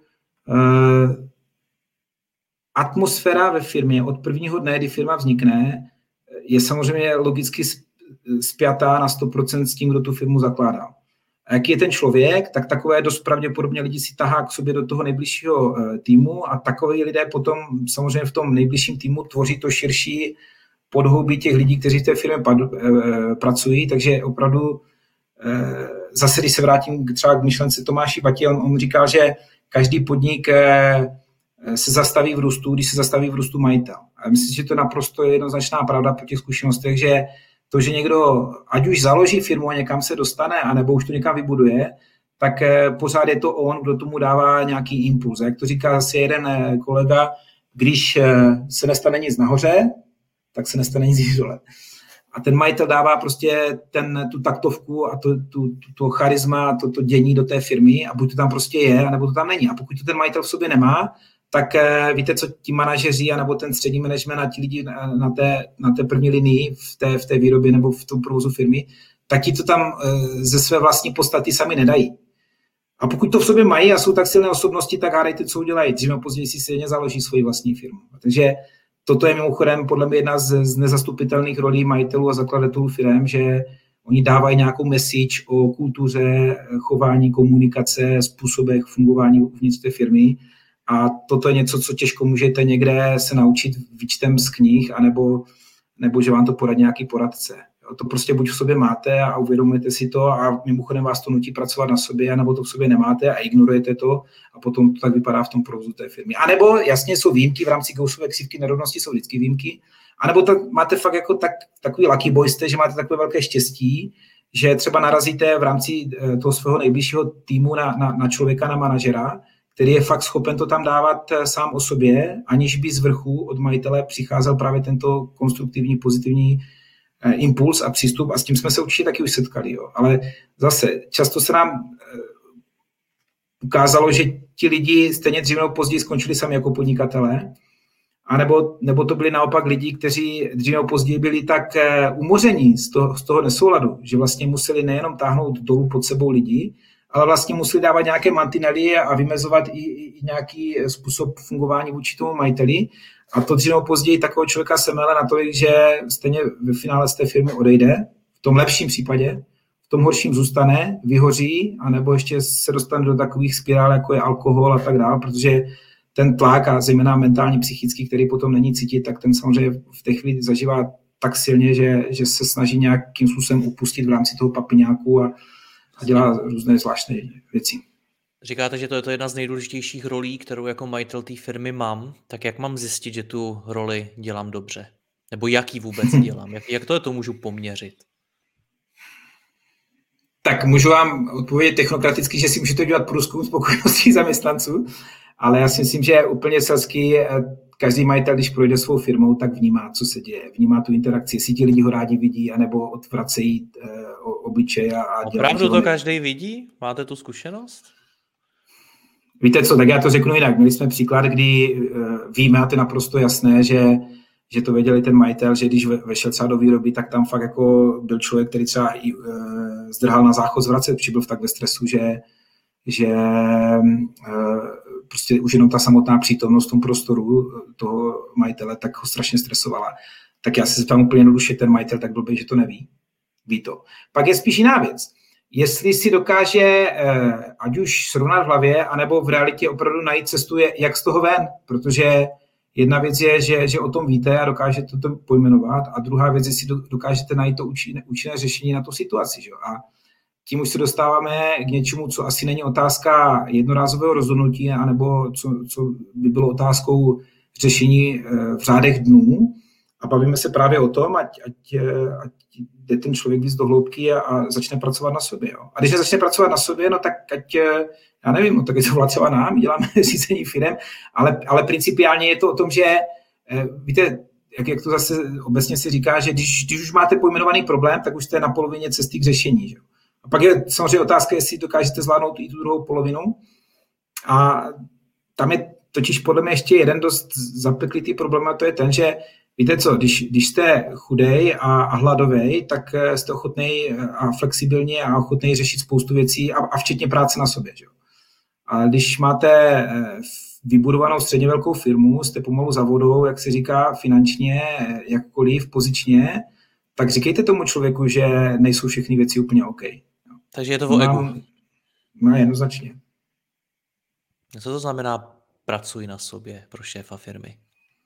atmosféra ve firmě od prvního dne, kdy firma vznikne, je samozřejmě logicky spjatá na 100% s tím, kdo tu firmu zakládal. A jaký je ten člověk, tak takové dost pravděpodobně lidi si tahá k sobě do toho nejbližšího týmu a takoví lidé potom samozřejmě v tom nejbližším týmu tvoří to širší podhoubí těch lidí, kteří v té firmě pracují, takže opravdu zase, když se vrátím třeba k myšlence Tomáši Bati, on říkal, že každý podnik se zastaví v růstu, když se zastaví v růstu majitel. A myslím, že to naprosto je jednoznačná pravda po těch zkušenostech, že to, že někdo ať už založí firmu a někam se dostane, anebo už to někam vybuduje, tak pořád je to on, kdo tomu dává nějaký impuls. Jak to říká zase jeden kolega, když se nestane nic nahoře, tak se nestane nic dole. A ten majitel dává prostě tu taktovku a to charisma, to dění do té firmy a buď to tam prostě je, anebo to tam není. A pokud to ten majitel v sobě nemá, tak víte, co ti manažeři anebo ten střední management a ti lidi na té první linii v té výrobě nebo v tom provozu firmy, tak ti to tam ze své vlastní podstaty sami nedají. A pokud to v sobě mají a jsou tak silné osobnosti, tak hádejte, co udělají. Dřív nebo později si stejně založí svoji vlastní firmu. Takže toto je mimochodem podle mě jedna z nezastupitelných rolí majitelů a zakladatelů firem, že oni dávají nějakou message o kultuře, chování, komunikace, způsobech fungování uvnitř té firmy. A toto je něco, co těžko můžete někde se naučit výčtem z knih, nebo že vám to poradí nějaký poradce. To prostě buď v sobě máte a uvědomujete si to a mimochodem vás to nutí pracovat na sobě, anebo to v sobě nemáte a ignorujete to a potom to tak vypadá v tom provozu té firmy. A nebo jasně jsou výjimky v rámci Gaussovy křivky nerovnosti, jsou vždycky výjimky. A nebo máte fakt jako takový lucky boy jste, že máte takové velké štěstí, že třeba narazíte v rámci toho svého nejbližšího týmu na člověka, na manažera, který je fakt schopen to tam dávat sám o sobě, aniž by z vrchu od majitele přicházel právě tento konstruktivní, pozitivní impuls a přístup a s tím jsme se určitě taky už setkali. Jo. Ale zase často se nám ukázalo, že ti lidi stejně dřív nebo později skončili sami jako podnikatelé, nebo to byli naopak lidi, kteří dřív nebo později byli tak umoření z toho nesouladu, že vlastně museli nejenom táhnout dolů pod sebou lidi, ale vlastně museli dávat nějaké mantinely a vymezovat i nějaký způsob fungování vůči tomu majiteli. A to dřív nebo později takového člověka se mele natolik, že stejně ve finále z té firmy odejde. V tom lepším případě, v tom horším zůstane, vyhoří, anebo ještě se dostane do takových spirál, jako je alkohol a tak dále, protože ten tlak a zejména mentální, psychický, který potom není cítit, tak ten samozřejmě v té chvíli zažívá tak silně, že se snaží nějakým způsobem upustit v rámci toho papiňáku a dělá různé zvláštní věci. Říkáte, že to je to jedna z nejdůležitějších rolí, kterou jako majitel té firmy mám. Tak jak mám zjistit, že tu roli dělám dobře? Nebo jak ji vůbec dělám? Jak to můžu poměřit? Tak můžu vám odpovědět technokraticky, že si můžete dělat průzkum spokojenosti zaměstnanců, ale já si myslím, že úplně selský každý majitel, když projde svou firmou, tak vnímá, co se děje. Vnímá tu interakci, jestli ti lidi ho rádi vidí, anebo odvracejí obličej a dělají. Opravdu to každý vidí? Máte tu zkušenost? Víte co, tak já to řeknu jinak. Měli jsme příklad, kdy víme, a to je naprosto jasné, že to věděl i ten majitel, že když vešel třeba do výroby, tak tam fakt jako byl člověk, který třeba i zdrhal na záchod zvracet, protože byl tak ve stresu, že prostě už jenom ta samotná přítomnost v tom prostoru toho majitele tak ho strašně stresovala. Tak já se zeptám úplně jednoduše, ten majitel tak blbý, že to neví. Ví to. Pak je spíš jiná věc. Jestli si dokáže ať už srovnat v hlavě, anebo v realitě opravdu najít cestu, jak z toho ven, protože jedna věc je, že o tom víte a dokážete to pojmenovat, a druhá věc je, jestli dokážete najít to účinné řešení na tu situaci. Že? A tím už se dostáváme k něčemu, co asi není otázka jednorázového rozhodnutí, anebo co by bylo otázkou řešení v řádech dnů. A bavíme se právě o tom, ať jde ten člověk víc do hloubky a začne pracovat na sobě. Jo. A když začne pracovat na sobě, no tak já nevím, no tak je to vlá třeba nám, děláme řízení firem, ale principiálně je to o tom, že víte, jak to zase obecně se říká, že když už máte pojmenovaný problém, tak už jste na polovině cesty k řešení. Že? A pak je samozřejmě otázka, jestli dokážete zvládnout i tu druhou polovinu. A tam je totiž podle mě ještě jeden dost zapeklitý problém, a to je ten, že víte co, když jste chudej a hladovej, tak jste ochotnej a flexibilně a ochotnej řešit spoustu věcí a včetně práce na sobě. Že? A když máte vybudovanou středně velkou firmu, jste pomalu za vodou, jak se říká, finančně, jakkoliv, pozičně, tak říkejte tomu člověku, že nejsou všechny věci úplně OK. Takže je to o egu. No, jednoznačně. Co to znamená pracuj na sobě pro šéfa firmy?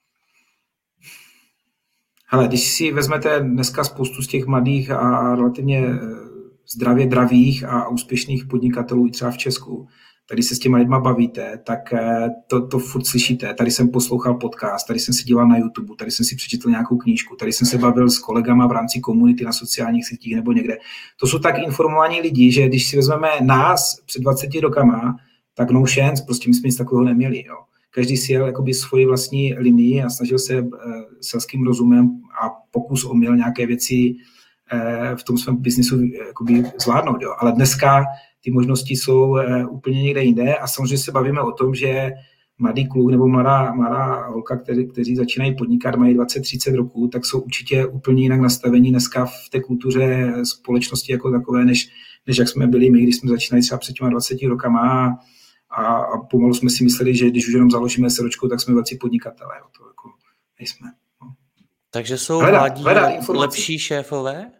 Hele, když si vezmete dneska spoustu z těch mladých a relativně zdravě dravých a úspěšných podnikatelů i třeba v Česku, tady se s těma lidma bavíte, tak to furt slyšíte. Tady jsem poslouchal podcast, tady jsem se díval na YouTube, tady jsem si přečetl nějakou knížku, tady jsem se bavil s kolegama v rámci komunity na sociálních sítích nebo někde. To jsou tak informovaní lidi, že když si vezmeme nás před 20 rokama, tak no chance, prostě my jsme nic takového neměli. Jo. Každý si jel jakoby svoji vlastní linii a snažil se selským rozumem a pokus omyl nějaké věci v tom svém biznisu jakoby zvládnout. Jo. Ale dneska ty možnosti jsou úplně někde jinde a samozřejmě se bavíme o tom, že mladý kluk nebo mladá holka, kteří začínají podnikat, mají 20-30 roků, tak jsou určitě úplně jinak nastavení dneska v té kultuře společnosti jako takové, než jak jsme byli my, když jsme začínali třeba před těma 20 rokama a pomalu jsme si mysleli, že když už jenom založíme seročku, tak jsme velcí podnikatelé. Jo. To jako nejsme. No. Takže jsou mladí lepší šéfové?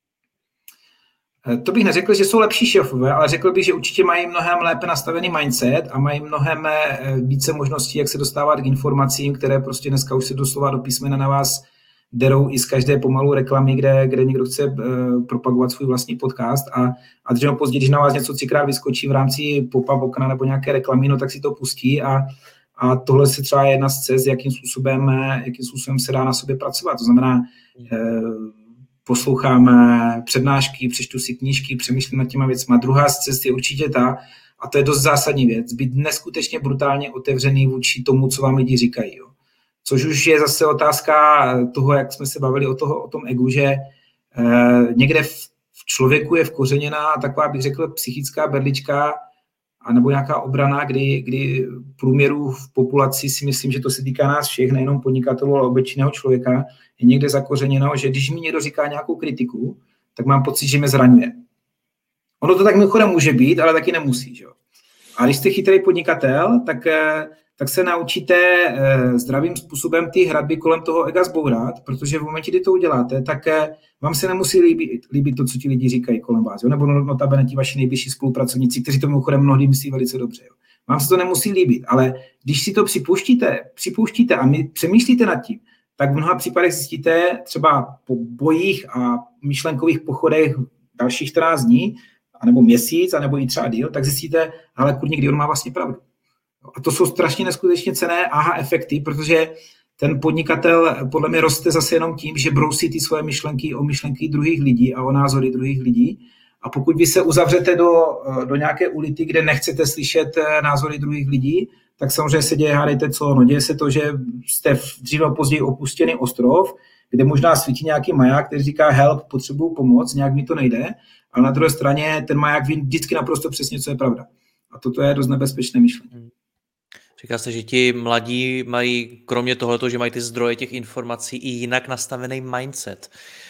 To bych neřekl, že jsou lepší šéfové, ale řekl bych, že určitě mají mnohem lépe nastavený mindset a mají mnohem více možností, jak se dostávat k informacím, které prostě dneska už se doslova do písmena na vás derou i z každé pomalu reklamy, kde někdo chce propagovat svůj vlastní podcast a dříve později, když na vás něco třikrát vyskočí v rámci pop-up okna nebo nějaké reklamy, no tak si to pustí a tohle se třeba jedna z cest, jakým způsobem se dá na sobě pracovat. To znamená, poslouchám přednášky, přečtu si knížky, přemýšlím nad těma věcma. Druhá z cest je určitě ta, a to je dost zásadní věc, být neskutečně brutálně otevřený vůči tomu, co vám lidi říkají. Jo. Což už je zase otázka toho, jak jsme se bavili o tom egu, že někde v člověku je vkořeněná taková, bych řekl, psychická berlička anebo nějaká obrana, kdy průměru v populaci si myslím, že to se týká nás všech, nejenom podnikatelů, ale obyčejného člověka, je někde zakořeněno, že když mi někdo říká nějakou kritiku, tak mám pocit, že mě zraňuje. Ono to tak mimochodem může být, ale taky nemusí. Že? A když jste chytrý podnikatel, tak se naučíte zdravým způsobem ty hradby kolem toho ega zbourat, protože v momentě, kdy to uděláte, tak vám se nemusí líbit to, co ti lidi říkají kolem vás, jo? Nebo notabene ti vaši nejbližší spolupracovníci, kteří to mimochodem mnohdy myslí velice dobře. Jo? Vám se to nemusí líbit, ale když si to připouštíte a přemýšlíte nad tím, tak v mnoha případech zjistíte třeba po bojích a myšlenkových pochodech dalších 14 dní, anebo měsíc, anebo i třeba díl, tak zjistíte, ale kurník, kdy on má vlastně pravdu. A to jsou strašně neskutečně cenné aha efekty, protože ten podnikatel podle mě roste zase jenom tím, že brousí ty svoje myšlenky o myšlenky druhých lidí a o názory druhých lidí. A pokud vy se uzavřete do nějaké ulity, kde nechcete slyšet názory druhých lidí, tak samozřejmě se děje, hádejte co, no děje se to, že jste dříve později opustěný ostrov, kde možná svítí nějaký maják, který říká help, potřebuju pomoc, nějak mi to nejde, ale na druhé straně ten maják ví vždycky naprosto přesně, co je pravda. A toto je dost nebezpečné myšlení. Říká se, že ti mladí mají, kromě tohoto, že mají ty zdroje těch informací, i jinak nastavený mindset.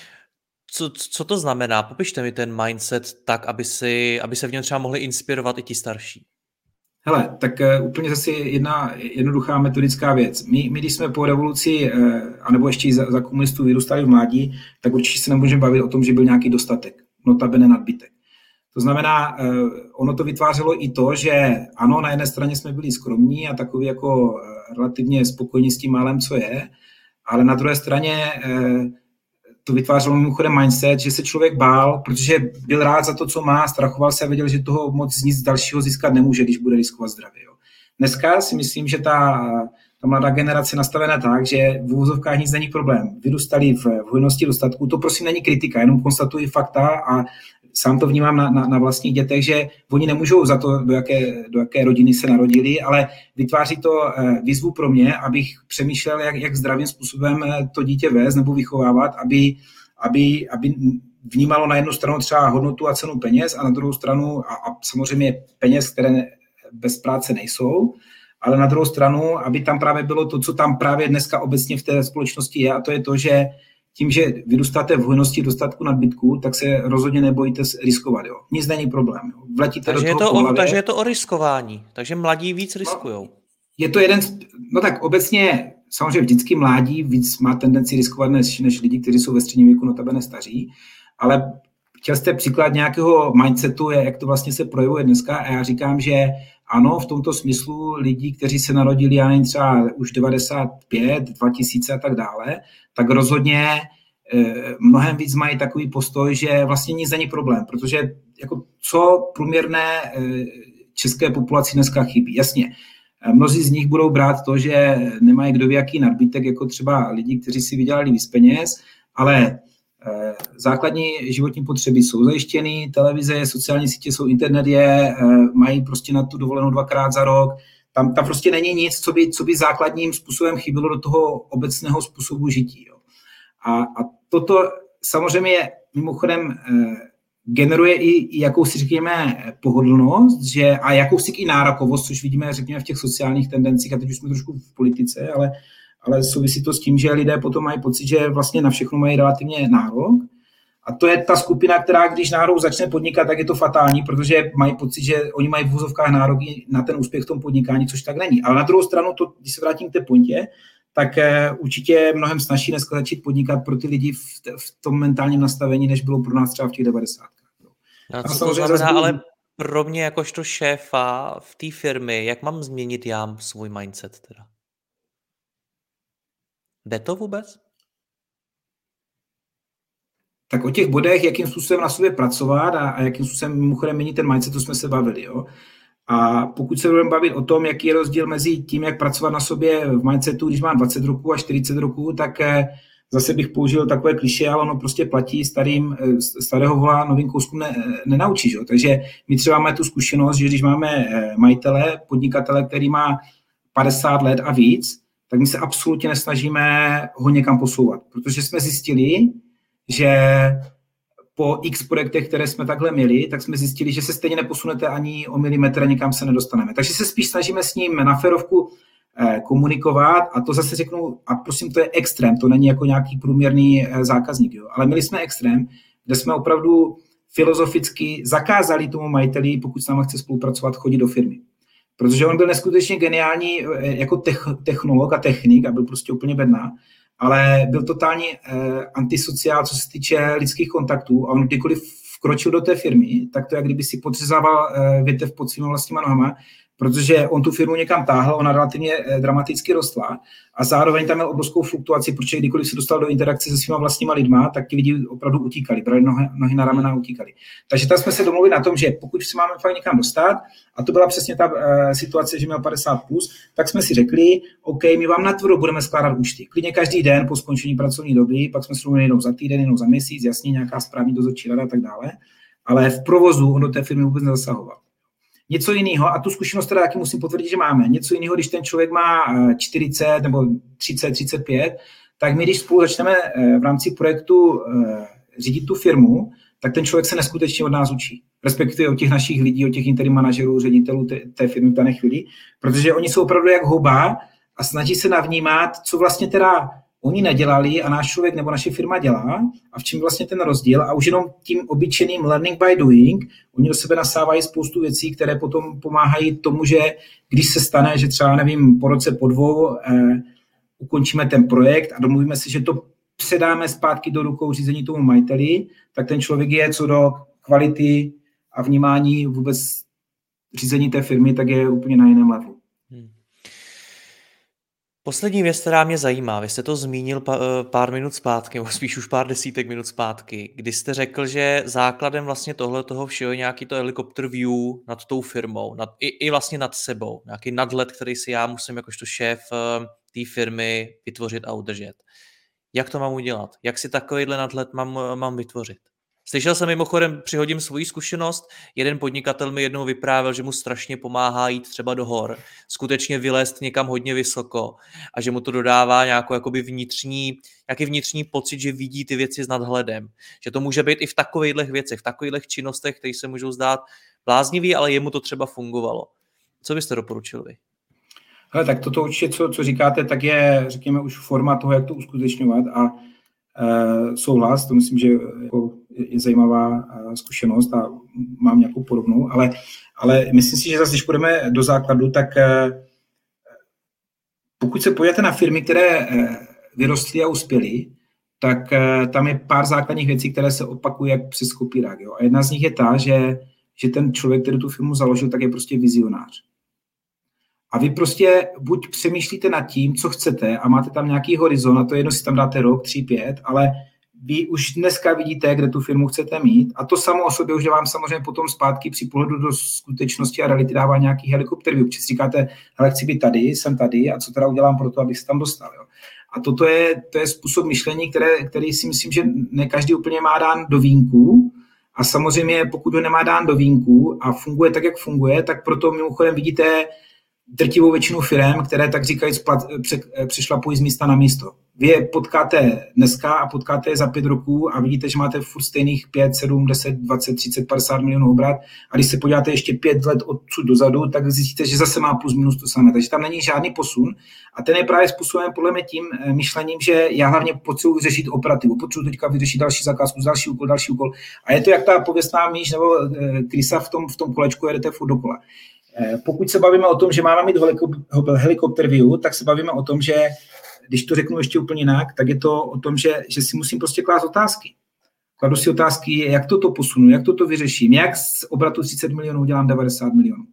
Co to znamená? Popište mi ten mindset tak, aby se v něm třeba mohli inspirovat i ti starší. Hele, tak úplně zase jedna jednoduchá metodická věc. My když jsme po revoluci, anebo ještě za komunistů vyrůstali v mládí, tak určitě se nemůžeme bavit o tom, že byl nějaký dostatek, notabene nadbytek. To znamená, ono to vytvářelo i to, že ano, na jedné straně jsme byli skromní a takový jako relativně spokojení s tím málem, co je, ale na druhé straně to vytvářelo mimochodem mindset, že se člověk bál, protože byl rád za to, co má, strachoval se a věděl, že toho moc nic dalšího získat nemůže, když bude riskovat zdraví. Jo. Dneska si myslím, že ta mladá generace je nastavená tak, že v uvozovkách nic není problém. Vyrůstali v hojnosti dostatku, to prosím není kritika, jenom konstatuji fakta a sám to vnímám na vlastních dětech, že oni nemůžou za to, do jaké rodiny se narodili, ale vytváří to výzvu pro mě, abych přemýšlel, jak zdravým způsobem to dítě vést nebo vychovávat, aby vnímalo na jednu stranu třeba hodnotu a cenu peněz a na druhou stranu a samozřejmě peněz, které bez práce nejsou, ale na druhou stranu, aby tam právě bylo to, co tam právě dneska obecně v té společnosti je, a to je to, že tím, že vyrůstáte v hojnosti dostatku nadbytku, tak se rozhodně nebojíte riskovat. Jo. Nic není problém. Jo. Vletíte takže do toho takže je to o riskování. Takže mladí víc riskujou. Je to no tak obecně, samozřejmě vždycky mládí víc má tendenci riskovat než lidi, kteří jsou ve středním věku, notabene staří, ale chtěl jste příklad nějakého mindsetu, jak to vlastně se projevuje dneska a já říkám, že ano, v tomto smyslu lidí, kteří se narodili, já nevím, třeba už 95, 2000 a tak dále, tak rozhodně mnohem víc mají takový postoj, že vlastně nic není problém, protože jako co průměrné české populaci dneska chybí. Jasně, mnozí z nich budou brát to, že nemají kdo ví jaký nadbytek, jako třeba lidi, kteří si vydělali víc peněz, ale základní životní potřeby jsou zajištěny, televize, sociální sítě jsou, internet je, mají prostě na tu dovolenou 2krát za rok. Tam prostě není nic, co by základním způsobem chybělo do toho obecného způsobu žití. Jo. A toto samozřejmě mimochodem generuje i jakousi, řekněme, pohodlnost a jakousi i nárokovost, což vidíme, řekněme, v těch sociálních tendencích, a teď už jsme trošku v politice, ale souvisí to s tím, že lidé potom mají pocit, že vlastně na všechno mají relativně nárok. A to je ta skupina, která když náhodou začne podnikat, tak je to fatální, protože mají pocit, že oni mají v vozovkách nároky na ten úspěch v tom podnikání, což tak není. Ale na druhou stranu, když se vrátím k té pointě, tak určitě je mnohem snazší dneska začít podnikat pro ty lidi v tom mentálním nastavení, než bylo pro nás třeba v těch 90. A co to znamená, ale pro mě jakožto šéfa v té firmy, jak mám změnit já svůj mindset teda? Jde to vůbec? Tak o těch bodech, jakým způsobem na sobě pracovat a jakým způsobem mimochodem měnit ten mindset, to jsme se bavili. Jo? A pokud se budeme bavit o tom, jaký je rozdíl mezi tím, jak pracovat na sobě v mindsetu, když mám 20 roků a 40 roků, tak zase bych použil takové klišé, ale ono prostě platí, starého vola novým kouskům nenaučíš. Jo? Takže my třeba máme tu zkušenost, že když máme majitele, podnikatele, který má 50 let a víc, tak my se absolutně nesnažíme ho někam posouvat, protože jsme zjistili, že po x projektech, které jsme takhle měli, tak jsme zjistili, že se stejně neposunete ani o milimetr a nikam se nedostaneme. Takže se spíš snažíme s ním na férovku komunikovat a to zase řeknu, a prosím, to je extrém, to není jako nějaký průměrný zákazník, jo. Ale měli jsme extrém, kde jsme opravdu filozoficky zakázali tomu majiteli, pokud s náma chce spolupracovat, chodit do firmy. Protože on byl neskutečně geniální jako technolog a technik a byl prostě úplně bedná, ale byl totální antisociál, co se týče lidských kontaktů a on kdykoliv vkročil do té firmy, tak to jak kdyby si podřezával větev pod svýma vlastníma nohama, protože on tu firmu někam táhl, ona relativně dramaticky rostla a zároveň tam měl obrovskou fluktuaci, protože kdykoliv se dostal do interakce se svýma vlastníma lidma, tak ti lidi opravdu utíkali, brali nohy na ramena a utíkali. Takže tam jsme se domluvili na tom, že pokud se máme fakt někam dostat, a to byla přesně ta situace, že měl 50+, tak jsme si řekli, OK, my vám natvrdo budeme skládat účty. Klidně každý den po skončení pracovní doby, pak jsme se domluvili jednou za týden, jednou za měsíc, jasně nějaká správní dozorčí rada a tak dále, ale v provozu on do té firmy vůbec nezasahoval. Něco jiného, a tu zkušenost teda taky musím potvrdit, že máme, něco jiného, když ten člověk má 40 nebo 30, 35, tak my, když spolu začneme v rámci projektu řídit tu firmu, tak ten člověk se neskutečně od nás učí. Respektive od těch našich lidí, od těch interim manažerů, ředitelů té firmy v dané chvíli, protože oni jsou opravdu jak houba a snaží se navnímat, co vlastně teda oni nedělali a náš člověk nebo naše firma dělá a v čem vlastně ten rozdíl a už jenom tím obyčejným learning by doing, oni do sebe nasávají spoustu věcí, které potom pomáhají tomu, že když se stane, že třeba, nevím, po roce, po dvou ukončíme ten projekt a domluvíme si, že to předáme zpátky do rukou řízení tomu majiteli, tak ten člověk je co do kvality a vnímání vůbec řízení té firmy, tak je úplně na jiném levelu. Poslední věc, která mě zajímá, vy jste to zmínil pár minut zpátky, nebo spíš už pár desítek minut zpátky, kdy jste řekl, že základem vlastně toho všeho je nějaký to helikopter view nad tou firmou, i vlastně nad sebou, nějaký nadhled, který si já musím jakožto šéf té firmy vytvořit a udržet. Jak to mám udělat? Jak si takovýhle nadhled mám vytvořit? Slyšel jsem mimochodem, přihodím svoji zkušenost, jeden podnikatel mi jednou vyprávěl, že mu strašně pomáhá jít třeba do hor, skutečně vylézt někam hodně vysoko a že mu to dodává nějaký vnitřní pocit, že vidí ty věci s nadhledem. Že to může být i v takovýchhle věcech, v takovýchhle činnostech, které se můžou zdát bláznivý, ale jemu to třeba fungovalo. Co byste doporučil vy? Hele, tak toto určitě, co říkáte, tak je, řekněme, už forma toho, jak to uskutečňovat a souhlas, to myslím, že je zajímavá zkušenost a mám nějakou podobnou, ale myslím si, že zase, když půjdeme do základu, tak pokud se podíváte na firmy, které vyrostly a uspěly, tak tam je pár základních věcí, které se opakují jak přes kopírák. Jo? A jedna z nich je ta, že ten člověk, který tu firmu založil, tak je prostě vizionář. A vy prostě buď přemýšlíte nad tím, co chcete a máte tam nějaký horizont, a to jedno si tam dáte rok, 3, 5, ale vy už dneska vidíte, kde tu firmu chcete mít a to samo o sobě už vám samozřejmě potom zpátky při pohledu do skutečnosti a reality dává nějaký helikopter view. Protože říkáte, hele, chci být tady, jsem tady a co teda udělám pro to, abych se tam dostal. Jo? A to je způsob myšlení, který si myslím, že ne každý úplně má dán do vínku. A samozřejmě, pokud ho nemá dán do vínku a funguje tak, jak funguje, tak proto mimochodem vidíte drtivou většinu firem, které tak říkají přešlapují z místa na místo. Vy je potkáte dneska a potkáte je za 5 roků a vidíte, že máte furt stejných 5, 7, 10, 20, 30, 50 milionů obrat a když se podíváte ještě 5 let odsud dozadu, tak zjistíte, že zase má plus minus to samé. Takže tam není žádný posun a ten je právě způsoben podle mě tím myšlením, že já hlavně potřebuji vyřešit operativu, potřebuji teďka vyřešit další zakázku, další úkol. A je to jak ta pověstná myš nebo krysa v tom kolečku, jedete furt dokola. Pokud se bavíme o tom, že máme mít helikopter view, tak se bavíme o tom, že když to řeknu ještě úplně jinak, tak je to o tom, že si musím prostě klást otázky. Kladu si otázky, jak toto posunu, jak toto vyřeším, jak z obratu 30 milionů dělám 90 milionů.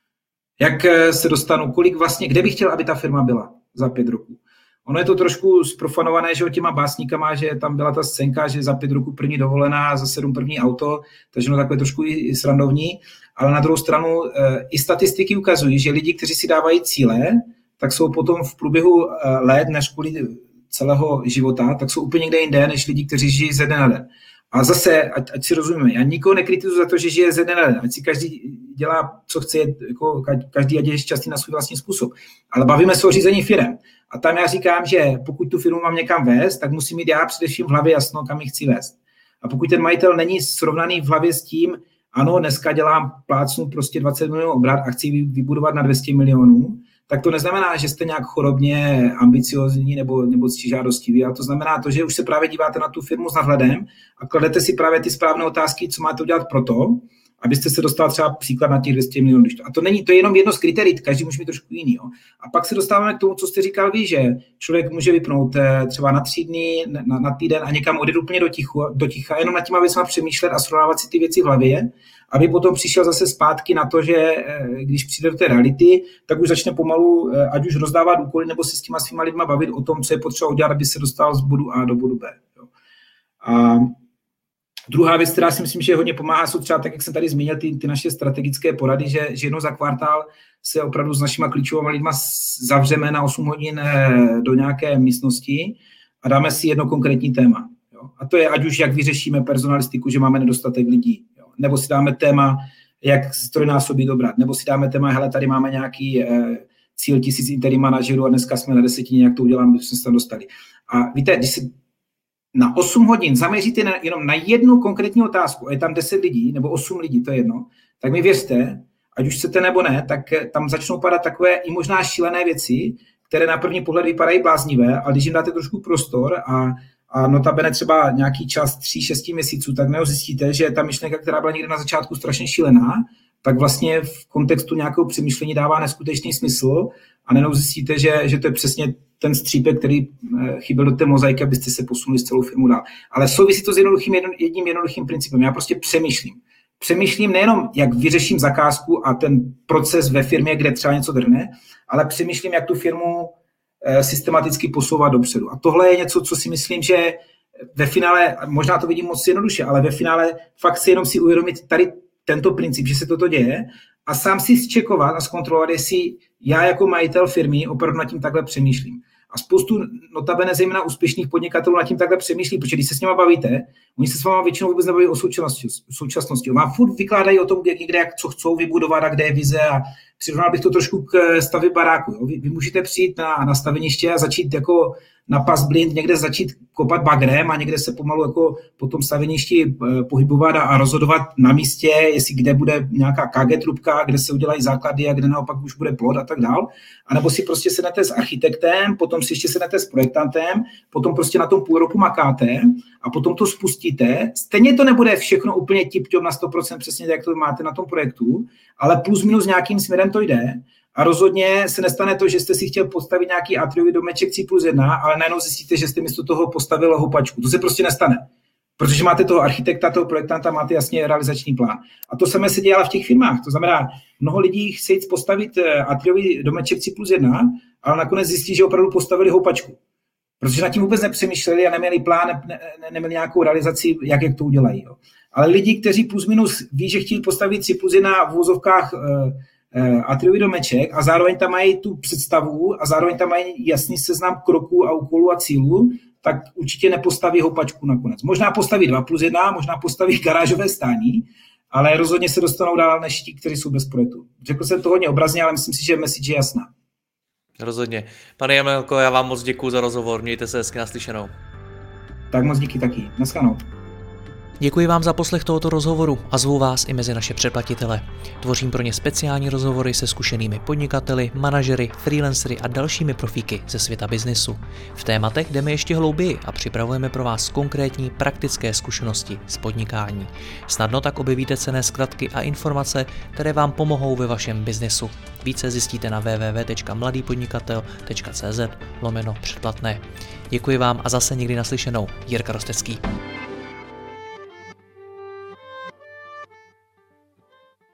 Jak se dostanu, kolik vlastně, kde bych chtěl, aby ta firma byla za 5 roků. Ono je to trošku zprofanované, že těma básníkama, že tam byla ta scénka, že za 5 roků první dovolená, za 7 první auto, takže takové trošku i srandovní, ale na druhou stranu i statistiky ukazují, že lidi, kteří si dávají cíle, tak jsou potom v průběhu let, než kvůli celého života, tak jsou úplně někde jinde, než lidi, kteří žijí ze dne na den. A zase, ať si rozumíme, já nikoho nekritizuji za to, že žije ze dne na den, ať si každý dělá, co chce, jako každý ať je šťastný na svůj vlastní způsob. Ale bavíme se o řízení firem. A tam já říkám, že pokud tu firmu mám někam vést, tak musím mít já především v hlavě jasno, kam ji chci vést. A pokud ten majitel není srovnaný v hlavě s tím, ano, dneska dělám plácnu prostě 20 milionů obrat a chci vybudovat na 200 milionů, tak to neznamená, že jste nějak chorobně ambiciozní nebo ctižádostivý, ale to znamená to, že už se právě díváte na tu firmu s nadhledem a kladete si právě ty správné otázky, co máte udělat pro to, abyste se dostal třeba příklad na těch 200 milionů. A to je jenom jedno z kritérií, každý může mít trošku jiný. Jo. A pak se dostáváme k tomu, co jste říkal vy, že člověk může vypnout třeba na 3 dny, na týden a někam odejít úplně do ticha, jenom nad těma věcma přemýšlet a srovnávat si ty věci v hlavě, aby potom přišel zase zpátky na to, že když přijde do té reality, tak už začne pomalu, ať už rozdávat úkoly, nebo se s těma svýma lidma bavit o tom, co je potřeba udělat, aby se dostal z bodu A do bodu B. Jo. A druhá věc, která si myslím, že hodně pomáhá, jsou třeba, tak jak jsem tady zmínil, ty naše strategické porady, že jednou za kvartál se opravdu s našima klíčovými lidma zavřeme na 8 hodin do nějaké místnosti a dáme si jedno konkrétní téma. Jo. A to je, ať už jak vyřešíme personalistiku, že máme nedostatek lidí, jo. Nebo si dáme téma, jak strojnásobit obrat, nebo si dáme téma, hele, tady máme nějaký cíl 1000 interim manažerů a dneska jsme na 10, jak to uděláme, když jsme se tam dostali. A víte, když si na 8 hodin zaměříte jenom na jednu konkrétní otázku, a je tam 10 lidí, nebo 8 lidí, to je jedno, tak mi věřte, ať už chcete nebo ne, tak tam začnou padat takové i možná šílené věci, které na první pohled vypadají bláznivé, ale když jim dáte trošku prostor a notabene třeba nějaký čas 3-6 měsíců, tak zjistíte, že ta myšlenka, která byla někde na začátku strašně šílená, tak vlastně v kontextu nějakého přemýšlení dává neskutečný smysl a najednou zjistíte, že to je přesně ten střípek, který chyběl do té mozaiky, abyste se posunuli s celou firmu dál. Ale souvisí to s jedním jednoduchým principem. Já prostě přemýšlím. Přemýšlím nejenom, jak vyřeším zakázku a ten proces ve firmě, kde třeba něco drhne, ale přemýšlím, jak tu firmu systematicky posouvat dopředu. A tohle je něco, co si myslím, že ve finále, možná to vidím moc jednoduše, ale ve finále fakt si jenom si uvědomit tady tento princip, že se toto děje a sám si zčekovat a zkontrolovat, jestli já jako majitel firmy opravdu nad tím takhle přemýšlím. A spoustu notabene zejména úspěšných podnikatelů nad tím takhle přemýšlí, protože když se s nimi bavíte, oni se s váma většinou vůbec nebaví o současnosti. Vám furt vykládají o tom, kde jak co chcou vybudovat a kde je vize a přirovnal bych to trošku k stavbě baráku. Jo. Vy můžete přijít na staveniště a začít jako na pas blind, někde začít kopat bagrem a někde se pomalu jako po tom staveništi pohybovat a rozhodovat na místě, jestli kde bude nějaká KG trubka, kde se udělají základy a kde naopak už bude plot a tak dál. A nebo si prostě sednete s architektem, potom si ještě sednete s projektantem, potom prostě na tom půl roku makáte a potom to spustíte. Stejně to nebude všechno úplně tip-top na 100% přesně, jak to máte na tom projektu, ale plus minus nějakým směrem to jde. A rozhodně se nestane to, že jste si chtěl postavit nějaký atriový domeček 3+1, ale najednou zjistíte, že jste místo toho postavil houpačku. To se prostě nestane. Protože máte toho architekta, toho projektanta, máte jasně realizační plán. A to samé se dělá v těch firmách. To znamená, mnoho lidí chce jít postavit atriový domeček 3+1, ale nakonec zjistí, že opravdu postavili houpačku. Protože nad tím vůbec nepřemýšleli a neměli plán, neměli nějakou realizaci, jak to udělají. Jo. Ale lidi, kteří plus minus ví, že chtějí postavit 3+1 v uvozovkách atriový domeček a zároveň tam mají tu představu a zároveň tam mají jasný seznam kroků a úkolů a cílů, tak určitě nepostaví houpačku nakonec. Možná postaví 2+1, možná postaví garážové stání, ale rozhodně se dostanou dál než ti, kteří jsou bez projektu. Řekl jsem to hodně obrazně, ale myslím si, že message je jasná. Rozhodně. Pane Jamelko, já vám moc děkuju za rozhovor, mějte se hezky, naslyšenou. Tak moc díky taky. Naschledanou. Děkuji vám za poslech tohoto rozhovoru a zvu vás i mezi naše předplatitele. Tvořím pro ně speciální rozhovory se zkušenými podnikateli, manažery, freelancery a dalšími profíky ze světa biznisu. V tématech jdeme ještě hlouběji a připravujeme pro vás konkrétní praktické zkušenosti z podnikání. Snadno tak objevíte cenné zkratky a informace, které vám pomohou ve vašem biznesu. Více zjistíte na www.mladýpodnikatel.cz/předplatné. Děkuji vám a zase někdy naslyšenou. Jirka Rostecký.